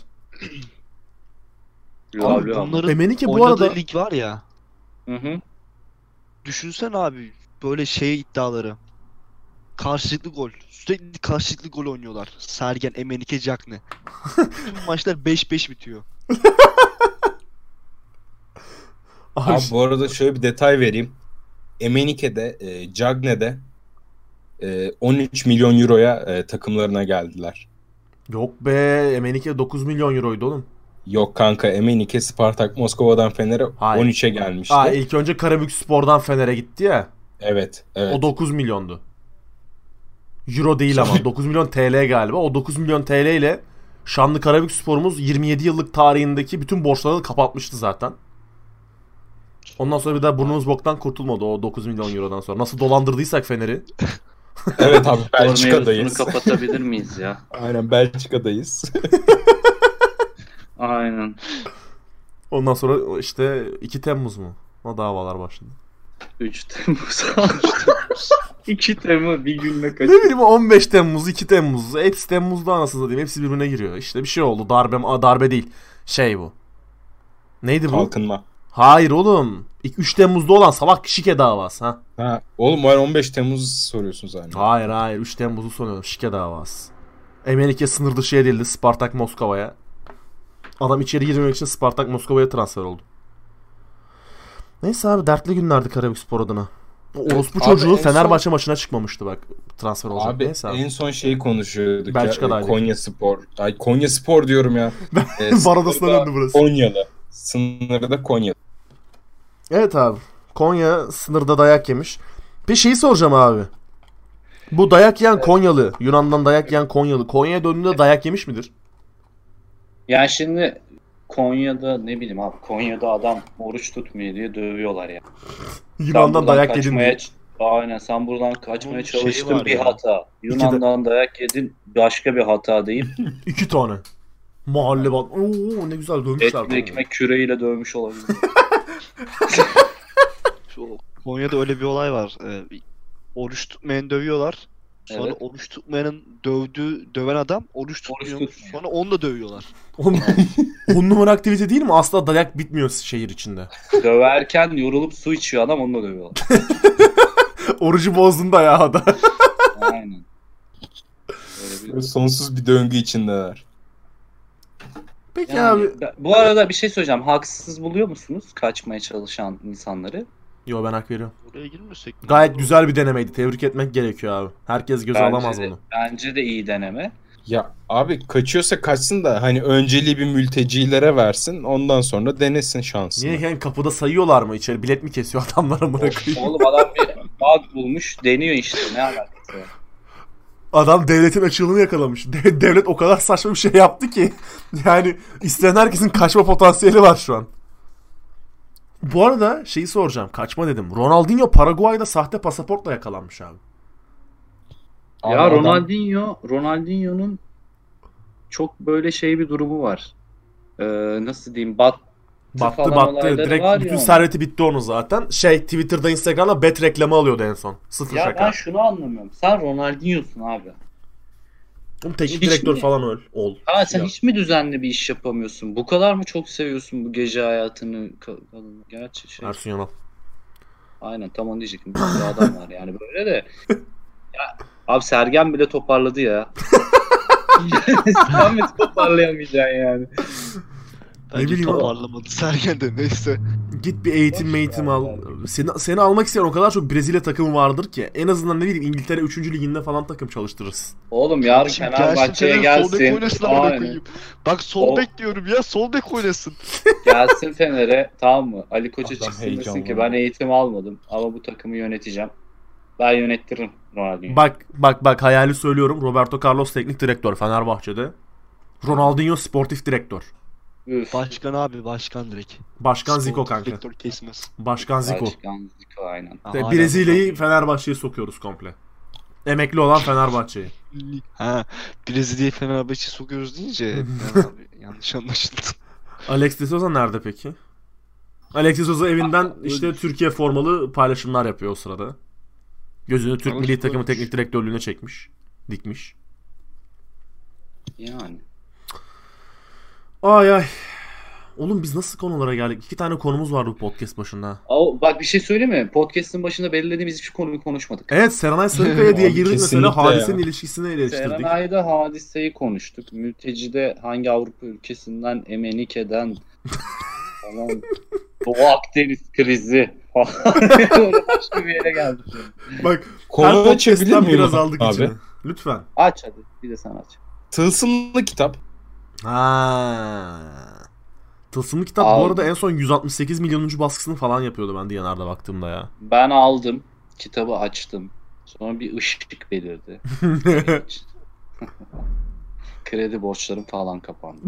Abi bunların Emenike bu oynadığı arada... lig var ya. Hı. Düşünsen abi böyle iddiaları. Karşılıklı gol. Sürekli karşılıklı gol oynuyorlar. Sergen, Emenike, Cagney. Tüm maçlar 5-5 bitiyor. Abi, Abi bu arada şöyle bir detay vereyim. Emenike'de, Cagney'de 13 milyon euroya takımlarına geldiler. Yok be, Emenike 9 milyon euroydu oğlum. Yok kanka, Emenike Spartak Moskova'dan Fener'e Hayır. 13'e gelmişti. İlk önce Karabükspor'dan Fener'e gitti ya. Evet. O 9 milyondu. Euro değil ama 9 milyon TL galiba. O 9 milyon TL ile Şanlı Karabükspor'umuz 27 yıllık tarihindeki bütün borçları kapatmıştı zaten. Ondan sonra bir daha burnumuz boktan kurtulmadı o 9 milyon eurodan sonra. Nasıl dolandırdıysak Fener'i. Evet abi, Spor mevzusunu Belçika'dayız. kapatabilir miyiz ya? Aynen, Belçika'dayız. Aynen. Ondan sonra işte 2 Temmuz mu? O davalar başladı. 3 Temmuz. 2 Temmuz bir günle Ne kaçıyor. bileyim 15 Temmuz, 2 Temmuz. Hepsi Temmuz'da anasını satayım. Hepsi birbirine giriyor. İşte bir şey oldu. Darbe değil. Şey bu. Neydi bu? Kalkınma. Hayır oğlum. 3 Temmuz'da olan salak şike davası. Ha? Ha, oğlum var 15 Temmuz soruyorsun zaten. Hayır. 3 Temmuz'u soruyorum. Şike davası. Emenike sınır dışı edildi Spartak Moskova'ya. Adam içeri girmemek için Spartak Moskova'ya transfer oldu. Neyse abi, dertli günlerdi Karabükspor adına. O orospu Abi çocuğu en Fenerbahçe maçına çıkmamıştı bak, transfer olacak. Abi Neyse abi. en son şeyi konuşuyorduk Belçika'daydık. ya. Konyaspor. Ay, Konyaspor diyorum ya. Var odasına döndü burası. Konyalı. Sınırda Konyalı. Evet abi. Konya sınırda dayak yemiş. Bir şeyi soracağım abi. Bu dayak yiyen Konyalı, Yunan'dan dayak yiyen Konyalı, Konya'ya döndüğünde dayak yemiş midir? Yani şimdi Konya'da ne bileyim abi, Konya'da adam oruç tutmuyor diye dövüyorlar ya. Yunan'dan dayak yedin diye. Aynen, sen buradan kaçmaya Bunun şeyi çalıştın, var bir ya. hata. Yunan'dan dayak yedin, başka bir hata deyip 2 tane. Mahalle bak. Oo ne güzel dövmüşler. etli ekmek küreğiyle dövmüş olabilir. Şu Konya'da öyle bir olay var. Oruç tutmayanı dövüyorlar. Sonra Evet. oruç tutmayanın döven adam oruç tutmuyormuş. tutmuyor. Sonra onu da dövüyorlar. 10 numara aktivite değil mi? Asla dayak bitmiyor şehir içinde. Döverken yorulup su içiyor adam, onu da dövüyorlar. Orucu bozdun da ya da. Aynen. Öyle bir... Sonsuz bir döngü içindeler. Peki Yani, abi. bu arada bir şey söyleyeceğim. Haksız buluyor musunuz kaçmaya çalışan insanları? Yo, ben hak veriyorum. Oraya girmesek mi? Gayet güzel bir denemeydi. Tebrik etmek gerekiyor abi. Herkes göze alamaz bunu. Bence de iyi deneme. Ya abi, kaçıyorsa kaçsın da hani önceliği bir mültecilere versin, ondan sonra denesin şansını. Niye yani, kapıda sayıyorlar mı içeri? Bilet mi kesiyor adamlara bırakıyor? Oğlum adam bir bug bulmuş, deniyor işte, ne alakası var? Adam devletin açığını yakalamış. Devlet o kadar saçma bir şey yaptı ki. Yani isteyen herkesin kaçma potansiyeli var şu an. Bu arada şeyi soracağım. Kaçma dedim. Ronaldinho Paraguay'da sahte pasaportla yakalanmış abi. Abi Ya adam- Ronaldinho'nun çok böyle şey bir durumu var. Nasıl diyeyim, battı falan olayları Direkt var bütün ya onun. serveti bitti onun zaten. Twitter'da, Instagram'da bet reklamı alıyordu en son. Sıfır Ya şaka. ben şunu anlamıyorum. Sen Ronaldinho'sun abi. Oğlum teknik Hiç direktör mi? falan ol. Ha, sen Ya. hiç mi düzenli bir iş yapamıyorsun? Bu kadar mı çok seviyorsun bu gece hayatını? Gerçi şey. Ersun Yanal. Aynen, tam onu diyecektim. Bir sürü adam var yani böyle de. Ya, abi Sergen bile toparladı ya. Sen mi toparlayamayacaksın yani? Bence bileyim ama. toparlamadı Sergen de, neyse. Git bir eğitim al. Seni almak isteyen o kadar çok Brezilya takımı vardır ki. En azından ne bileyim İngiltere 3. liginde falan takım çalıştırırız. Oğlum yarın Şimdi Fenerbahçe'ye Fener sol bek gelsin. oynasın amına Aynen. koyayım. Bak sol O- bek diyorum ya, sol bek oynasın. Gelsin Fener'e, tamam mı? Ali Koç'a Adam çıksın desin heyecanlandı. ki ben eğitim almadım ama bu takımı yöneteceğim. Ben yönettiririm Ronaldinho'yu. Bak hayali söylüyorum. Roberto Carlos teknik direktör Fenerbahçe'de. Ronaldinho sportif direktör. Üf. Başkan abi, başkan direkt. Başkan Zico Sportif kanka. direktör kesmez. Başkan Zico. Başkan Zico, aynen. Ha, Ve hala Brezilya'yı başkan. Fenerbahçe'ye sokuyoruz komple. Emekli olan Fenerbahçe'yi. Ha, Brezilya'yı Fenerbahçe'ye sokuyoruz deyince ya abi, yanlış anlaşıldı. Alex de Souza nerede peki? Alex de Souza evinden işte Türkiye formalı paylaşımlar yapıyor o sırada. Gözünü Türk Alex milli takımı ölmüş. teknik direktörlüğüne çekmiş. Dikmiş. Yani. Ay. Oğlum biz nasıl konulara geldik? 2 tane konumuz vardı bu podcast başında. Bak bir şey söyleyeyim mi? Podcast'ın başında belirlediğimiz hiçbir konuyu konuşmadık. Evet, Serenay Sarıkaya diye Abi girdik kesinlikle mesela, Hadise'nin ya. ilişkisini eleştirdik. Serenay'da hadiseyi konuştuk. Mülteci'de hangi Avrupa ülkesinden Emenike'den falan Doğu Akdeniz krizi. Öyle başka bir yere geldi. Bak Konu her açabilir podcast'ten miyim biraz aldık abi? içine. Lütfen. Aç hadi. Bir de sen aç. Tılsımlı kitap. Ha. Tılsımlı kitap bu Aldım. arada en son 168 milyonuncu baskısını falan yapıyordu ben Diyanar'da baktığımda ya. Ben aldım. Kitabı açtım. Sonra bir ışık belirdi. Kredi borçlarım falan kapandı.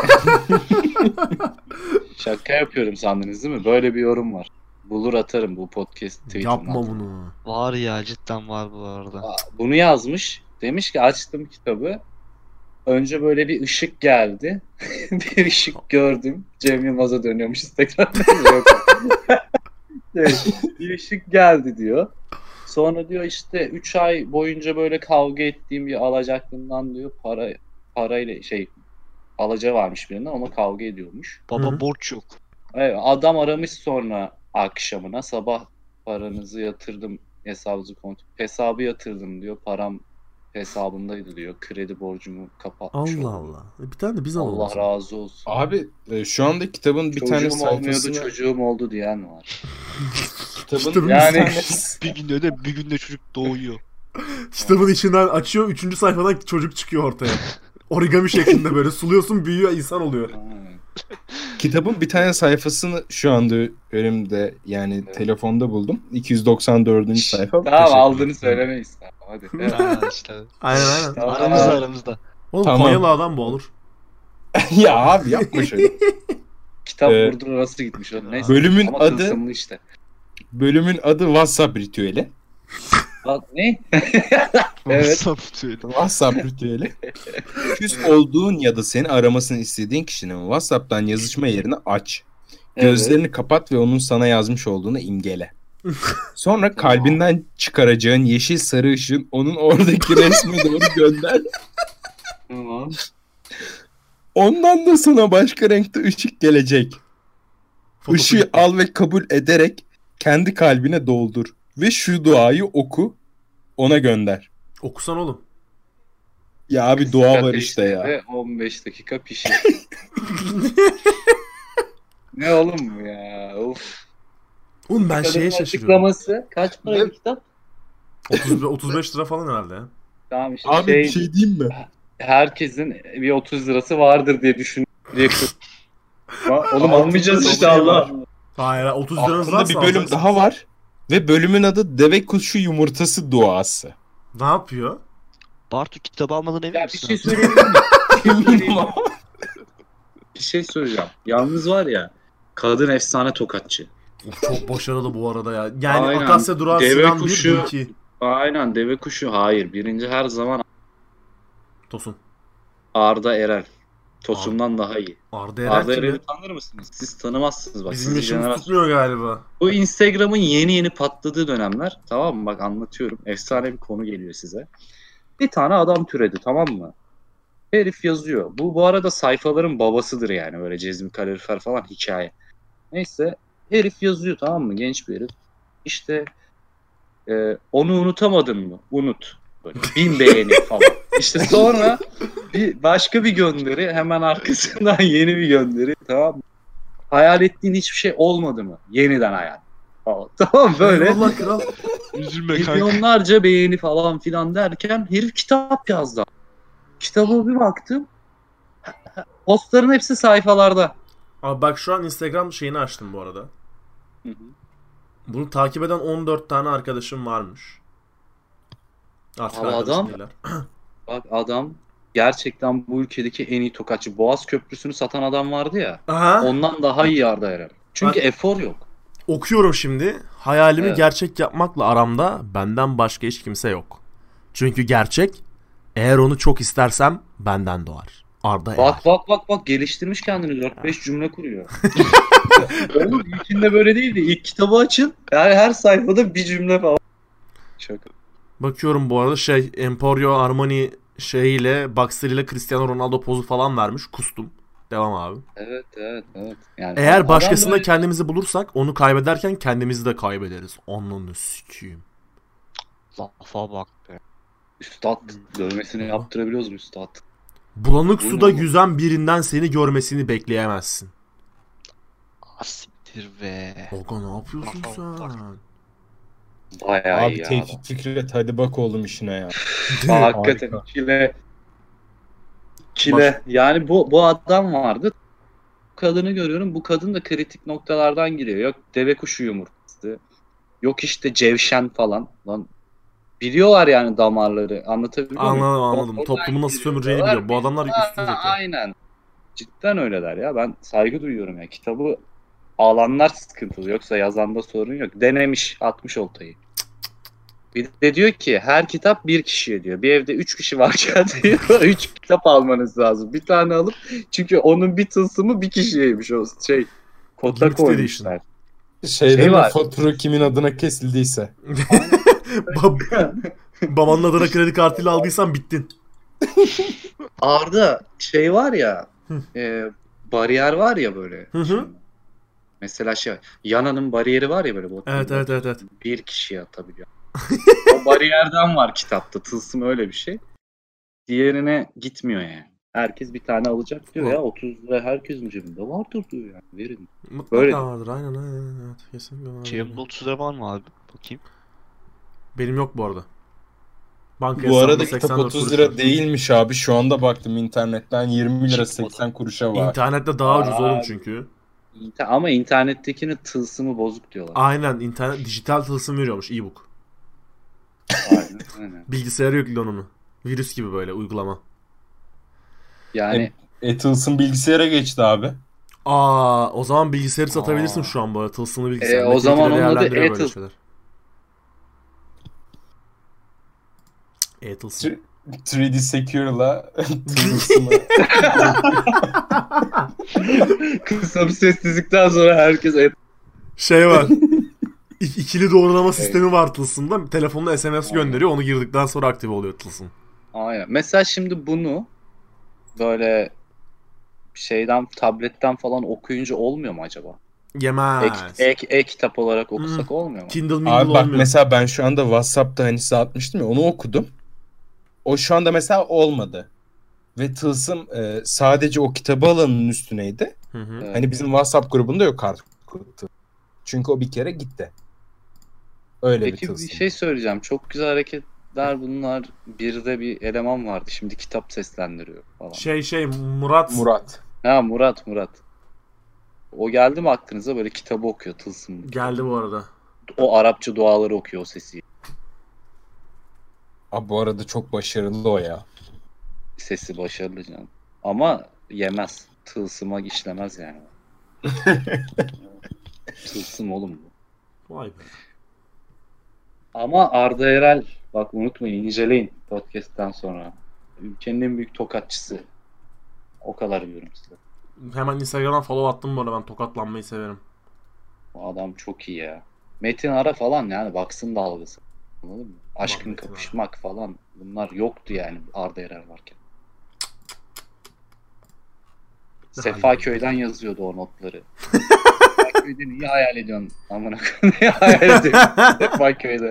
Şaka yapıyorum sandınız değil mi? Böyle bir yorum var. Bulur atarım bu podcast tweet'in Yapma altına. bunu. Var ya, cidden var bu arada. Bunu yazmış. Demiş ki açtım kitabı. Önce böyle bir ışık geldi. Bir ışık gördüm. Cem Yılmaz'a dönüyormuş Instagram'da. Yok. Evet, bir ışık geldi diyor. Sonra diyor işte 3 ay boyunca böyle kavga ettiğim bir alacaklımdan diyor parayla alacağı varmış birinden, ona kavga ediyormuş. Baba Hı-hı. borç yok. Evet, adam aramış sonra akşamına, sabah paranızı yatırdım, hesabı yatırdım diyor, param hesabımdaydı diyor, kredi borcumu kapatmış Allah oldum. Allah. Bir tane de biz alalım. Allah razı olsun. Abi şu anda kitabın bir tane Çocuğum olmuyordu, sayfasını... çocuğum oldu diyen var. Kitabın Yani- Bir günde çocuk doğuyor. Kitabın içinden açıyor. 3. sayfadan çocuk çıkıyor ortaya. Origami şeklinde böyle suluyorsun, büyüyor, insan oluyor. Kitabın bir tane sayfasını şu anda önümde, yani Evet. telefonda buldum. 294. sayfa. Tamam, Teşekkür aldığını ederim. söylemeyiz. Tamam, hadi. Ha, işte. Aynen aynen. Tamam. Aramızda. Oğlum Tamam. Konyalı adam bu olur. Ya abi yapma şöyle. Kitap Ee, Burdur arası gitmiş. Neyse. bölümün Ama adı- tılsımlı işte. Bölümün adı WhatsApp ritüeli. Bak ne? Evet. WhatsApp ritüeli. Küs olduğun ya da seni aramasını istediğin kişinin WhatsApp'tan yazışma yerini aç. Gözlerini kapat ve onun sana yazmış olduğunu imgele. Sonra kalbinden çıkaracağın yeşil sarı ışığın onun oradaki resme doğru gönder. Tamam. Ondan da sana başka renkte ışık gelecek. Fotosu Işığı gitti. al ve kabul ederek kendi kalbine doldur. Ve şu duayı oku, ona gönder. Okusan oğlum. Ya abi dua var işte ya. Ve 15 dakika pişir. Ne oğlum bu ya? Of. Oğlum ben Kadının şeye şaşırıyorum. açıklaması kaç para bir kitap? 35 lira falan herhalde ya. Tamam işte Abi bir şey diyeyim mi? herkesin bir 30 lirası vardır diye düşün. Diye oğlum Altında almayacağız da işte şey Allah. var. Hayır 30 liranız Aklında varsa bir bölüm alacaksınız. daha var. Ve bölümün adı Deve Kuşu Yumurtası Duası. Ne yapıyor? Bartu kitabı almadan emin Ya bir misin? şey söyleyebilir miyim? Eminim ama. Bir şey söyleyeceğim. Yalnız var ya, kadın efsane tokatçı. Of, çok başarılı bu arada ya. Yani Aynen. Akasya Durağı Deve Sinan kuşu- 1-2. Aynen, deve kuşu hayır. Birinci her zaman Tosun. Arda Erel. Tosun'dan daha iyi. Arda Eren Arda kim Erel'i ya? tanır mısınız? Siz tanımazsınız bak. Bizim Sizin yaşımız jenerasyon. tutmuyor galiba. Bu Instagram'ın yeni patladığı dönemler. Tamam mı? Bak anlatıyorum. Efsane bir konu geliyor size. Bir tane adam türedi, tamam mı? Herif yazıyor. Bu arada sayfaların babasıdır yani. Böyle Cezmi Kalorifer falan hikaye. Neyse. Herif yazıyor, tamam mı? Genç bir herif. İşte onu unutamadın mı? Unut. Böyle 1000 beğeni falan. İşte sonra başka bir gönderi. Hemen arkasından yeni bir gönderi. Tamam mı? Hayal ettiğin hiçbir şey olmadı mı? Yeniden hayal. Falan. Tamam böyle. Allah kral. Üzülme kanka. Milyonlarca beğeni falan filan derken herif kitap yazdı. Kitaba bir baktım. Postların hepsi sayfalarda. Abi bak şu an Instagram şeyini açtım bu arada. Bunu takip eden 14 tane arkadaşım varmış. Artık Abi arkadaşım adam- değiller. Bak adam gerçekten bu ülkedeki en iyi tokatçı. Boğaz Köprüsü'nü satan adam vardı ya. Aha. Ondan daha iyi Arda Eren. Çünkü Ben- efor yok. Okuyorum şimdi. Hayalimi Evet. gerçek yapmakla aramda benden başka hiç kimse yok. Çünkü gerçek, eğer onu çok istersem benden doğar. Arda Eren. Bak geliştirmiş kendini, 4-5 cümle kuruyor. Oğlum ilkinde böyle değildi. İlk kitabı açın. Yani her sayfada bir cümle falan. Şaka. Bakıyorum bu arada Emporio Armani şeyiyle, Boxer ile Cristiano Ronaldo pozu falan vermiş. Kustum. Devam abi. Evet. Yani Eğer adam başkasında böyle kendimizi bulursak onu kaybederken kendimizi de kaybederiz. Ananı sikeyim. Lafa bak be. üstad dövmesini yaptırabiliyoruz mu üstad? Bulanık Bu suda ne oğlum? yüzen birinden seni görmesini bekleyemezsin. Asiktir. siktir be. Oga ne yapıyorsun sen? Bayağı iyi Abi ya. Tevfik Fikret hadi bak oğlum işine ya. Aa, hakikaten Harika. çile. Yani bu adam vardı. Kadını görüyorum. Bu kadın da kritik noktalardan giriyor. Yok deve kuşu yumurtası. Yok işte cevşen falan. Lan biliyorlar yani damarları. Anlatabiliyor muyum? Anladım. Oradan Toplumu nasıl sömüreceğini giriyorlar. biliyor. Bu adamlar üstün zeka. Aynen. Cidden öyleler ya. Ben saygı duyuyorum ya. Kitabı alanlar sıkıntılı. Yoksa yazanda sorun yok. Denemiş, atmış oltayı. Bir de diyor ki her kitap bir kişiye diyor. Bir evde 3 kişi varken diyor 3 kitap almanız lazım. Bir tane alıp çünkü onun bir tılsımı bir kişiyeymiş o şey. Kota Limited koymuşlar. Şey değil mi? var. Fatura kimin adına kesildiyse. Babanın adına kredi kartıyla aldıysan bittin. Arda şey var ya bariyer var ya böyle. Hı hı. Şimdi. Mesela Yana'nın bariyeri var ya böyle. Evet. Bir kişiye atabiliyor. O bariyerden var kitapta. Tılsım öyle bir şey. Diğerine gitmiyor yani. Herkes bir tane alacak diyor ya. 30 lira herkesin cebinde vardır diyor yani. Verin. Mutlaka Böyle. vardır. Aynen. Evet. Kesinlikle vardır. Cebimde 30 lira var mı abi? Bakayım. Benim yok bu arada. Banka Bu arada hesabımda kitap 84 30 kuruş lira var. değilmiş abi. Şu anda baktım internetten 20 lira Çıkmadı. 80 kuruşa var. İnternette daha ucuz oğlum Abi. çünkü. Ama internettekinin tılsımı bozuk diyorlar. Aynen internet dijital tılsım veriyormuş e-book. Aynen. Bilgisayara yüklüyorsun onu. Virüs gibi böyle uygulama. Yani Tılsım bilgisayara geçti abi. O zaman bilgisayarı satabilirsin şu an böyle tılsımlı bilgisayar. o zaman Metin onun adı değerlendiriyor böyle e-tıl. şeyler. E-tılsım. 3D Secure'la tılsımı. kısa bir sessizlikten sonra herkes Şey var. İkili doğrulama sistemi var tılsımda. Telefonuna SMS gönderiyor. Onu girdikten sonra aktive oluyor tılsım. Aynen. Mesela şimdi bunu böyle şeyden tabletten falan okuyunca olmuyor mu acaba? Yemez. E-kitap olarak okusak olmuyor mu? Kindle Mingle Abi bak olmuyor. mesela ben şu anda WhatsApp'ta hani size atmıştım ya onu okudum. O şu anda mesela olmadı. Ve tılsım sadece o kitabı alanın üstüneydi. Hı. Evet. Hani bizim WhatsApp grubunda yok artık. Çünkü o bir kere gitti. Öyle bir Peki tılsım. bir şey söyleyeceğim. Çok güzel hareketler bunlar. Bir de bir eleman vardı. Şimdi kitap seslendiriyor falan. Murat. Ha Murat. O geldi mi aklınıza böyle kitabı okuyor tılsım. Geldi bu arada. O Arapça duaları okuyor o sesi. Abi bu arada çok başarılı o ya. Sesi başarılı canım. Ama yemez. Tılsıma işlemez yani. Tılsım oğlum bu. Vay be. Ama Arda Erel bak unutmayın inceleyin podcast'ten sonra. Ülkenin en büyük tokatçısı. O kadar diyorum size. Hemen Instagram'dan follow attım bu arada. Ben tokatlanmayı severim. Bu adam çok iyi ya. Metin Ara falan yani baksın dalgası. Anladın mı? Aşkın Metin Ara. kapışmak falan bunlar yoktu yani Arda Erel varken. Sefaköy'den yazıyordu o notları. Sefaköy'de neyi hayal ediyorsun? Amına koyayım neyi hayal ediyorsun? Sefaköy'de.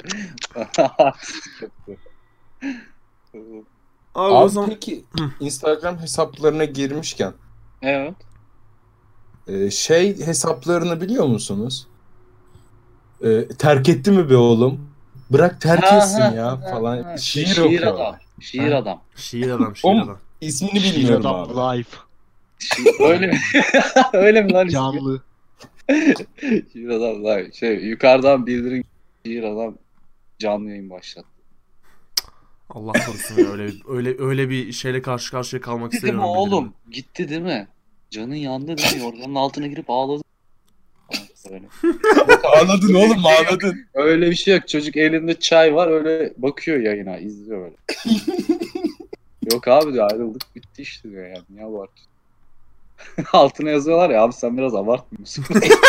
Abi o Abi zaman peki Instagram hesaplarına girmişken Evet. şey hesaplarını biliyor musunuz? Terk etti mi be oğlum? Bırak terk etsin ya falan. Şiir okuyorlar. adam. Şiir Ha? adam. şiir adam. O ismini bilmiyorum Adam abi. live. Öyle mi? Öyle mi lan ismi? Canlı. Şiir adam lan. Yukarıdan bildirim şiir adam canlı yayın başlattı. Allah korusun ya öyle bir şeyle karşı karşıya kalmak Gitti değil mi istemiyorum. oğlum? Gitti değil mi? Canın yandı değil mi? Yorganın altına girip ağladı. Öyle. Ağladın oğlum ağladın. Öyle bir şey yok. Çocuk elinde çay var öyle bakıyor yayına izliyor böyle. Yok abi diyor ayrıldık bitti işte diyor yani. Niye abartıyorsun? Altına yazıyorlar ya abi sen biraz abartmıyorsun.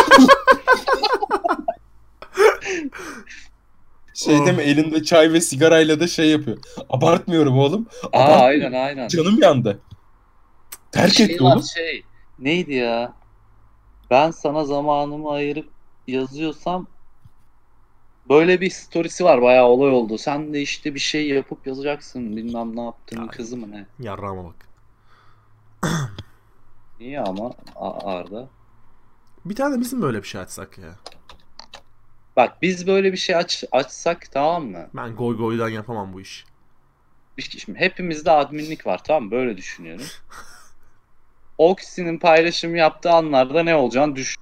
Şey deme elinde çay ve sigarayla da şey yapıyor. Abartmıyorum oğlum. Aynen. Canım yandı. Terk etti var, oğlum. neydi ya? Ben sana zamanımı ayırıp yazıyorsam böyle bir storiesi var bayağı olay oldu. Sen de işte bir şey yapıp yazacaksın bilmem ne yaptın kızı mı ne? Yarrağıma bak. Niye ama Arda? Bir tane bizim böyle bir şey açsak ya. Bak biz böyle bir şey açsak, tamam mı? Ben goy goydan yapamam bu iş. Şimdi hepimizde adminlik var, tamam mı? Böyle düşünüyorum. Oksi'nin paylaşımı yaptığı anlarda ne olacağını düşün.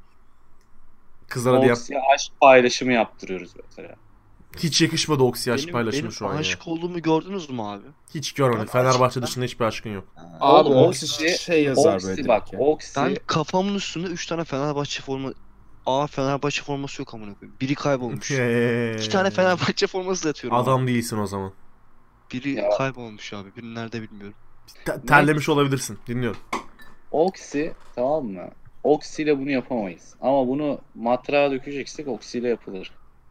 Kızlara da yap. Oksi'ye aşk paylaşımı yaptırıyoruz mesela. Hiç yakışmadı Oksi aşk paylaşımı benim şu an ya. aşık olduğumu gördünüz mü abi? Hiç görmedim. Ben Fenerbahçe aşk- dışında hiçbir aşkın yok. Abi Oğlum, Oksi şey yazar Oksi böyle bak, direkt ya. Oksi Ben kafamın üstünde 3 tane Fenerbahçe forma... Fenerbahçe forması yok amına koyayım. Biri kaybolmuş. 2 tane Fenerbahçe forması yatıyorum abi. Adam değilsin o zaman. Biri Ya. kaybolmuş abi. Biri nerede bilmiyorum. Terlemiş olabilirsin. Dinliyorum. Oksi, tamam mı? Oksi ile bunu yapamayız. Ama bunu matrağa dökeceksek Oksi ile yapılır.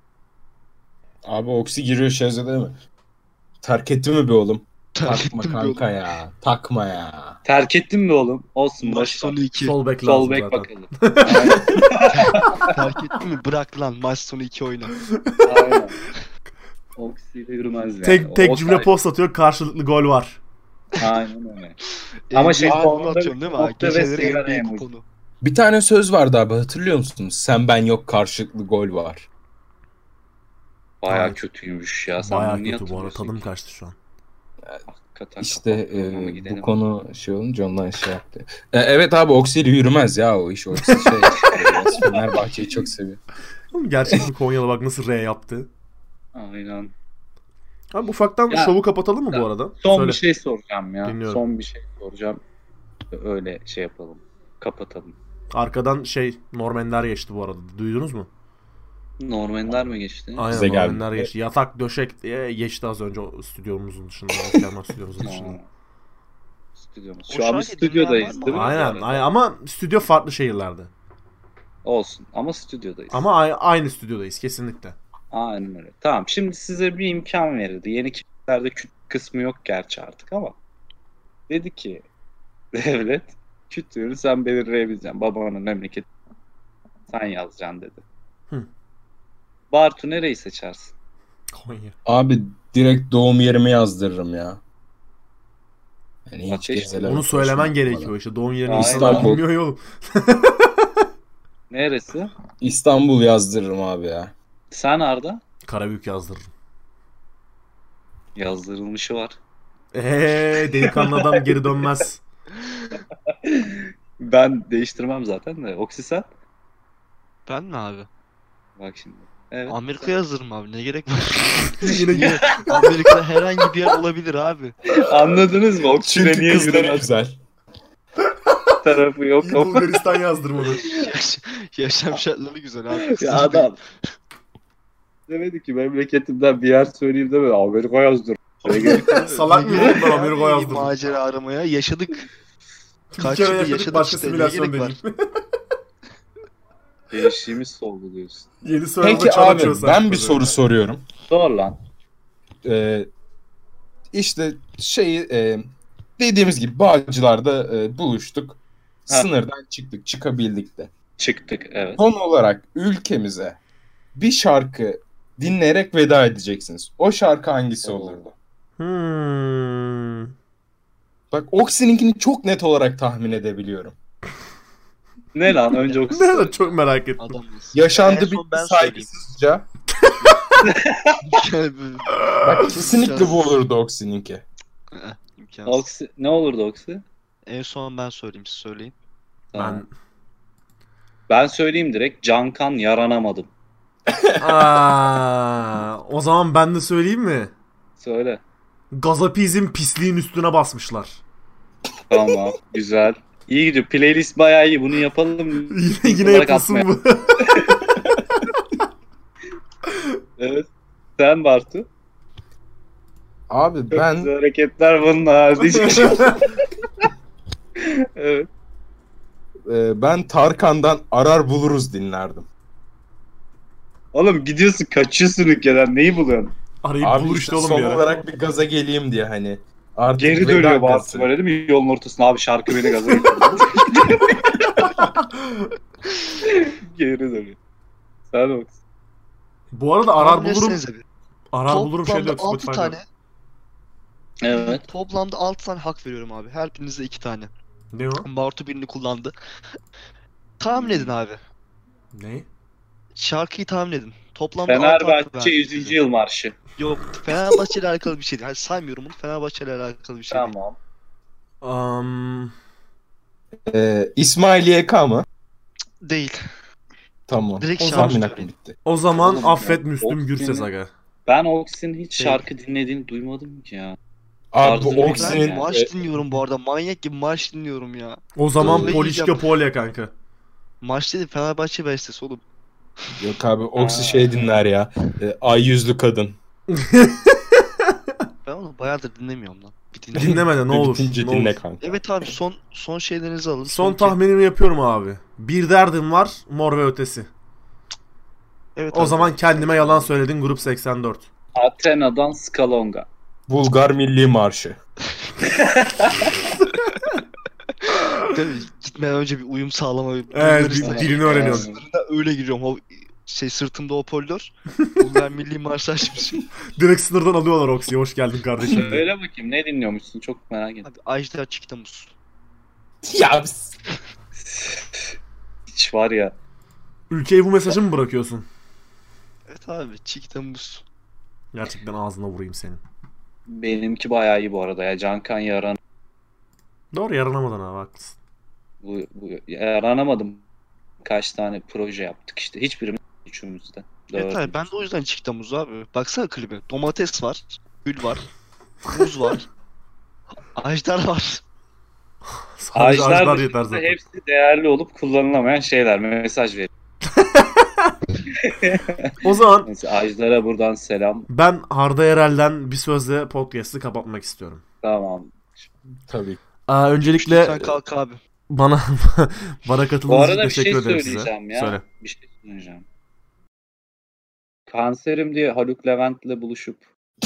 Abi Oksi giriyor şehzade mi? Terk etti mi be oğlum? Terk Takma ettim kanka ya. Takma ya. Terk ettin mi oğlum? Olsun, Maç başla. sonu 2. Sol bek lazım Sol bek zaten. bakalım. Aynen. Terk ettin mi? Bırak lan. Maç sonu 2 oyna. Aynen. Oksi ile yürümez yani. Tek cümle Offside. post atıyor. Karşılıklı gol var. Aynen öyle. Ama şey Abi sonunda atıyorum değil mi? nokta ve Geceleri sigara NBA emoji. kuponu. Bir tane söz vardı abi, hatırlıyor musunuz? Sen ben yok, karşılıklı gol var. Bayağı Evet. kötüymüş ya. Sen Baya bunu niye kötü bu arada. hatırlıyorsun Tadım ki? kaçtı şu an. Hakikaten İşte kapatalım, gidelim. bu konu şey olunca ondan şey yaptı. Evet abi Oksi ile yürümez ya o iş. Oksi şey Fenerbahçe'yi çok seviyor. Oğlum gerçek bir Konyalı bak nasıl R yaptı. Aynen. Abi ufaktan Ya- şovu kapatalım mı bu arada? Son Söyle. bir şey soracağım ya. Dinliyorum. Son bir şey soracağım. Öyle şey yapalım. Kapatalım. Arkadan Norm Ender geçti bu arada. Duydunuz mu? Norm Ender mi geçti? Aynen Bize Norm geldi. Ender geçti. Yatak döşek diye geçti az önce o stüdyomuzun dışında. Kemal stüdyomuzun dışında. Ha. Stüdyomuz. O Şu an şarkı bir stüdyodayız dinleyen değil mi? bu Aynen, arada? aynen ama stüdyo farklı şehirlerde. Olsun ama stüdyodayız. Ama aynı stüdyodayız kesinlikle. Aynen öyle. Tamam, şimdi size bir imkan verildi. Yeni kişilerde küt kısmı yok gerçi artık ama. Dedi ki devlet, kütüğünü sen belirleyebileceksin. Babanın memleketi sen yazacaksın dedi. Hı. Bartu nereyi seçersin? Konya. Abi direkt doğum yerimi yazdırırım ya. Yani hiç Ateş. gezeler. Onu söylemen gerekiyor işte. Doğum yerini Aynen. insanlar İstanbul. bilmiyor ya oğlum. Neresi? İstanbul yazdırırım abi ya. Sen Arda? Karabük yazdırırım. Yazdırılmışı var. Delikanlı adam geri dönmez. Ben değiştirmem zaten de. Oksi sen? Ben mi abi? Bak şimdi. Evet. Amerika yazarım abi. Ne gerek var? Yine Niye? Amerika herhangi bir yer olabilir abi. Anladınız mı? Oksi'ne Çünkü niye kızları yürüyen güzel. tarafı yok. Bulgaristan yazdım onu. Yaşam şartları güzel abi. Ya adam demedi ki memleketimden bir yer söyleyeyim deme. Amerika yazdır. Salak mı oğlum ben Amerika Bir yazdım. macera aramaya yaşadık. Bir Kaç kere yıl yaşadık yaşadık başka işte, ne simülasyon gerek var? deneyim. Gençliğimiz soldu diyorsun. Yeni serverda Peki çan abi açıyorsan. ben bir soru soruyorum. Sor lan. İşte dediğimiz gibi Bağcılar'da buluştuk. Ha. Sınırdan çıkabildik de. Çıktık evet. Son olarak ülkemize bir şarkı dinleyerek veda edeceksiniz. O şarkı hangisi olurdu? Bak Oksi'ninkini çok net olarak tahmin edebiliyorum. Ne lan önce Oksi. Ne lan çok merak ettim. Adamız. Yaşandı En son bitti ben saygısızca. söyleyeyim. Bak kesinlikle bu olurdu Oksi'ninki. İmkansız. Oksi ne olurdu Oksi? En son ben söyleyeyim, siz söyleyin. Tamam. Ben Ben söyleyeyim direkt. Cankan yaranamadım. o zaman ben de söyleyeyim mi? Söyle. Gazapizm pisliğin üstüne basmışlar. Tamam. Güzel. İyi gidiyor. Playlist bayağı iyi. Bunu yapalım. Yine olarak yapılsın atmayalım. bu. Evet. Sen Bartu. Abi Çok ben güzel hareketler bunlar. Diyecek şey yok. Evet. ben Tarkan'dan Arar Buluruz dinlerdim. Oğlum gidiyorsun kaçıyorsun ülkeden. Neyi buluyorsun? Arayıp Abi bulur işte işte oğlum son bir ara. olarak bir gaza geleyim diye hani. Artık Geri veda dönüyor gazı. Bartu böyle değil mi? Yolun ortasına abi şarkı beni gaza getirdi. Geri dönüyor. Sen bak. Bu arada arar Tahmin bulurum. etsenize bir. Arar bulurum şey Toplamda yok 6 Spotify'da. tane. Evet. Toplamda 6 tane hak veriyorum abi. Her birinize 2 tane. Ne o? Bartu birini kullandı. Tahmin edin abi. Ne? Şarkıyı tahmin edin. Toplamda 6 hakkı Fenerbahçe verdim 100. size. yıl marşı. Yok, Fenerbahçe ile alakalı bir şey değil. Hani saymıyorum bunu. Fenerbahçe ile alakalı bir şey değil. Tamam. İsmail YK mı? Değil. Tamam. Direkt O şarkı Tahmin söyleyin. hakkım bitti. O zaman Oğlum affet ya, Müslüm Oxy'nin- Gürses aga. Ben Oxy'nin hiç Değil. şarkı dinlediğini duymadım ki ya. Abi bu Tarzını Ben Oxy'nin yani. marş dinliyorum bu arada. Manyak gibi marş dinliyorum ya. O zaman Vallahi Polişka yiyeceğim. Polya kanka. Marş dedim, Fenerbahçe bestesi oğlum. yok abi Oxy Aa. şey dinler ya. Ay yüzlü kadın. Ben onu bayağıdır dinlemiyorum lan. Bir dinle. Dinleme de ne olur. Bitince ne dinle olur. kanka. Evet abi, son şeylerinizi alın. Son ke- tahminimi yapıyorum abi. Bir derdim var, Mor ve Ötesi. Evet O abi. zaman kendime yalan söyledin Grup 84. Athena'dan Skalonga. Bulgar Milli Marşı. Değil mi? Gitmeden önce bir uyum sağlamayı. Evet, Bulgaristan- dilini öğreniyorum. Sınırında öyle giriyorum. O sırtımda hoparlör. Bulgar milli marşı açmışım. Direkt sınırdan alıyorlar Oxy'yi. Hoş geldin kardeşim diye. Öyle bakayım ne dinliyormuşsun çok merak ettim. Abi Ajda Çiktamus. Ya Hiç var ya. Ülkeye bu mesajı mı bırakıyorsun? Evet abi, Çiktamus. Gerçekten ağzına vurayım senin. Benimki bayağı iyi bu arada ya. Cankan Yaran. Doğru, yaranamadan abi, haklısın. Bu yaranamadım. Kaç tane proje yaptık işte. Hiçbirimiz üçümüzde. Evet abi, ben de o yüzden Çiktamus abi. Baksana klibe. Domates var. Gül var. Muz var. Ajdar var. Sadece Ağaçlar ağaçlar yeter dışında zaten. hepsi değerli olup kullanılamayan şeyler. Mesaj verin. O zaman Mesela Ajdar'a buradan selam. ben Arda Erel'den bir sözle podcast'ı kapatmak istiyorum. Tamam. tabii. Öncelikle Sen kalk abi. bana bana Bu katıldığınız için arada bir şey teşekkür ederim size. söyleyeceğim ya. Söyle. Bir şey söyleyeceğim. Kanserim diye Haluk Levent'le buluşup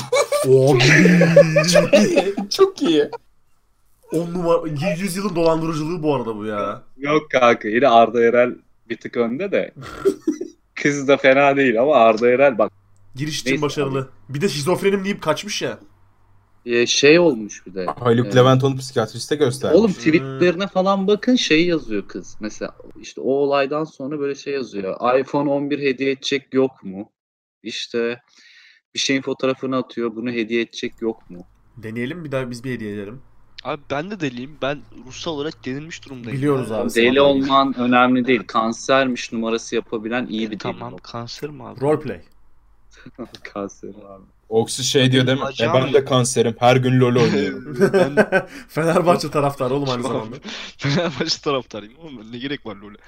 Çok iyi. Çok iyi. 10 numara 100 yılın dolandırıcılığı bu arada bu ya. yok kanka yine Arda Erel bir tık önde de kız da fena değil ama Arda Erel bak Giriş için Neyse başarılı. Bir de şizofrenim deyip kaçmış ya. şey olmuş bir de. Haluk Levent onu psikiyatriste göstermiş. Oğlum tweetlerine falan bakın şey yazıyor kız. Mesela işte o olaydan sonra böyle şey yazıyor. iPhone 11 hediye edecek yok mu? İşte bir şeyin fotoğrafını atıyor. Bunu hediye edecek yok mu? Deneyelim bir daha, biz bir hediye edelim. Abi ben de deliyim. Ben ruhsal olarak denilmiş durumdayım. Biliyoruz ya. abi. Deli sana da- olman önemli değil. Kansermiş numarası yapabilen iyi bir deli. Tamam, kanser mi abi? Roleplay. Kanser abi. Oxy şey diyor değil mi? Acaba- Ben de kanserim. Her gün LoL oynuyorum. Ben Fenerbahçe taraftarı oğlum aynı zamanda. Fenerbahçe taraftarıyım oğlum. Ne gerek var LoL'e?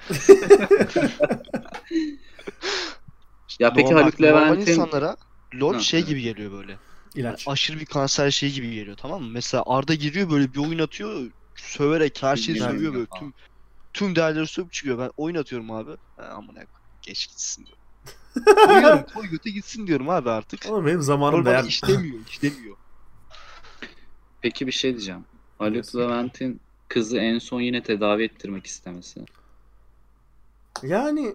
Ya peki Normal- Haluk normal Levent'in insanlara LoL Hı. şey gibi geliyor böyle. İlaç. Aşırı bir kanser şey gibi geliyor, tamam mı? Mesela Arda giriyor böyle bir oyun atıyor. Söverek her şeyi Bilmiyorum sövüyor ya böyle. falan. Tüm değerleri sövüp çıkıyor. Ben oyun atıyorum abi. Amına koyayım, geç gitsin diyorum. Koyuyorum, koy göte gitsin diyorum abi artık. Ama benim zamanım LoL bana değer. işlemiyor. peki bir şey diyeceğim. Haluk Yes. Levent'in kızı en son yine tedavi ettirmek istemesi. Yani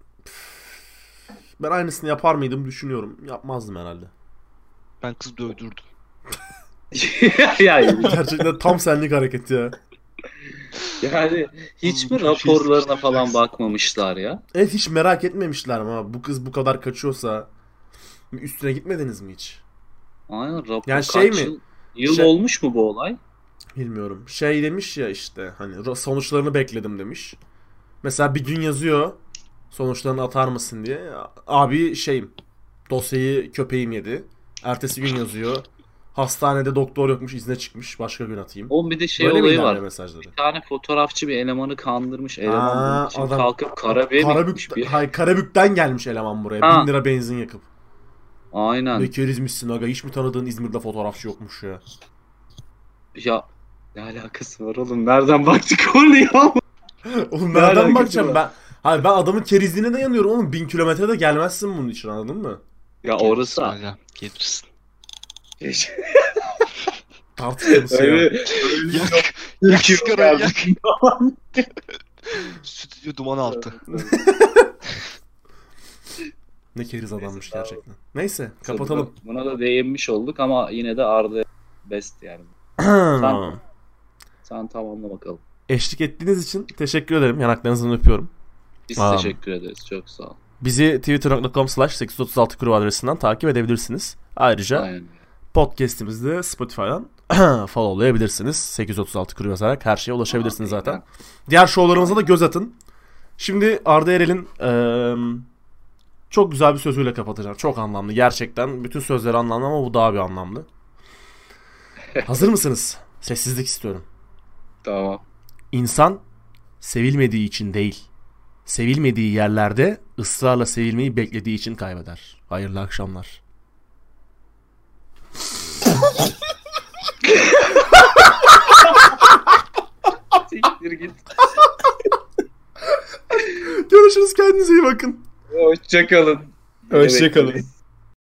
ben aynısını yapar mıydım düşünüyorum. Yapmazdım herhalde. Ben kızı dövdürdüm. yani, Gerçekten tam senlik hareket ya. yani hiç mi Bu şey raporlarına falan sıkıştıracaksın. bakmamışlar ya? Evet, hiç merak etmemişler ama bu kız bu kadar kaçıyorsa üstüne gitmediniz mi hiç? Aynen rapor Yani şey kaç mi? yıl Şey- olmuş mu bu olay? Bilmiyorum. Şey demiş ya işte hani sonuçlarını bekledim demiş. Mesela bir gün yazıyor sonuçlarını atar mısın diye. Abi şeyim, dosyayı köpeğim yedi. Ertesi gün yazıyor. Hastanede doktor yokmuş, izne çıkmış. Başka gün atayım. Oğlum bir de şey Böyle mi olayı ilerliyor var. mesajları? Bir tane fotoğrafçı bir elemanı kandırmış. Aa, Eleman bunun için adam- kalkıp Karabük'e gitmiş. Karabük'ten gelmiş eleman buraya. Ha. 1000 lira benzin yakıp. Aynen. Ne kerizmişsin aga. Hiç mi tanıdığın İzmir'de fotoğrafçı yokmuş ya? Ya ne alakası var oğlum? Nereden baktık oraya? Oğlum Ne nereden alakası bakacağım var? ben? Hayır, ben adamın kerizliğine dayanıyorum oğlum. 1000 kilometrede gelmezsin bunun için, anladın mı? Ya orası Hala gelirsin. Tartışması ya. öyle Yak. bir Yak kilo sigarayı geldi. yak. Stüdyo duman altı. Ne keriz adammış Neyse, gerçekten. Neyse kapatalım. Buna da değinmiş olduk ama yine de Arda best yani. Sen tamamla bakalım. Eşlik ettiğiniz için teşekkür ederim. Yanaklarınızdan öpüyorum. Biz Aa. teşekkür ederiz. Çok sağ ol. Bizi twitter.com/836kuru adresinden takip edebilirsiniz. Ayrıca Aynen. podcast'imizde Spotify'dan followlayabilirsiniz. 836 kuru yazarak her şeye ulaşabilirsiniz Aynen. zaten. Diğer şovlarımıza da göz atın. Şimdi Arda Erel'in çok güzel bir sözüyle kapatacağım. Çok anlamlı. Gerçekten bütün sözleri anlamlı ama bu daha bir anlamlı. Hazır mısınız? Sessizlik istiyorum. Tamam. İnsan sevilmediği için değil, sevilmediği yerlerde ısrarla sevilmeyi beklediği için kaybeder. Hayırlı akşamlar. Siktir git. Görüşürüz, kendinize iyi bakın. Hoşça kalın. Hoşça kalın.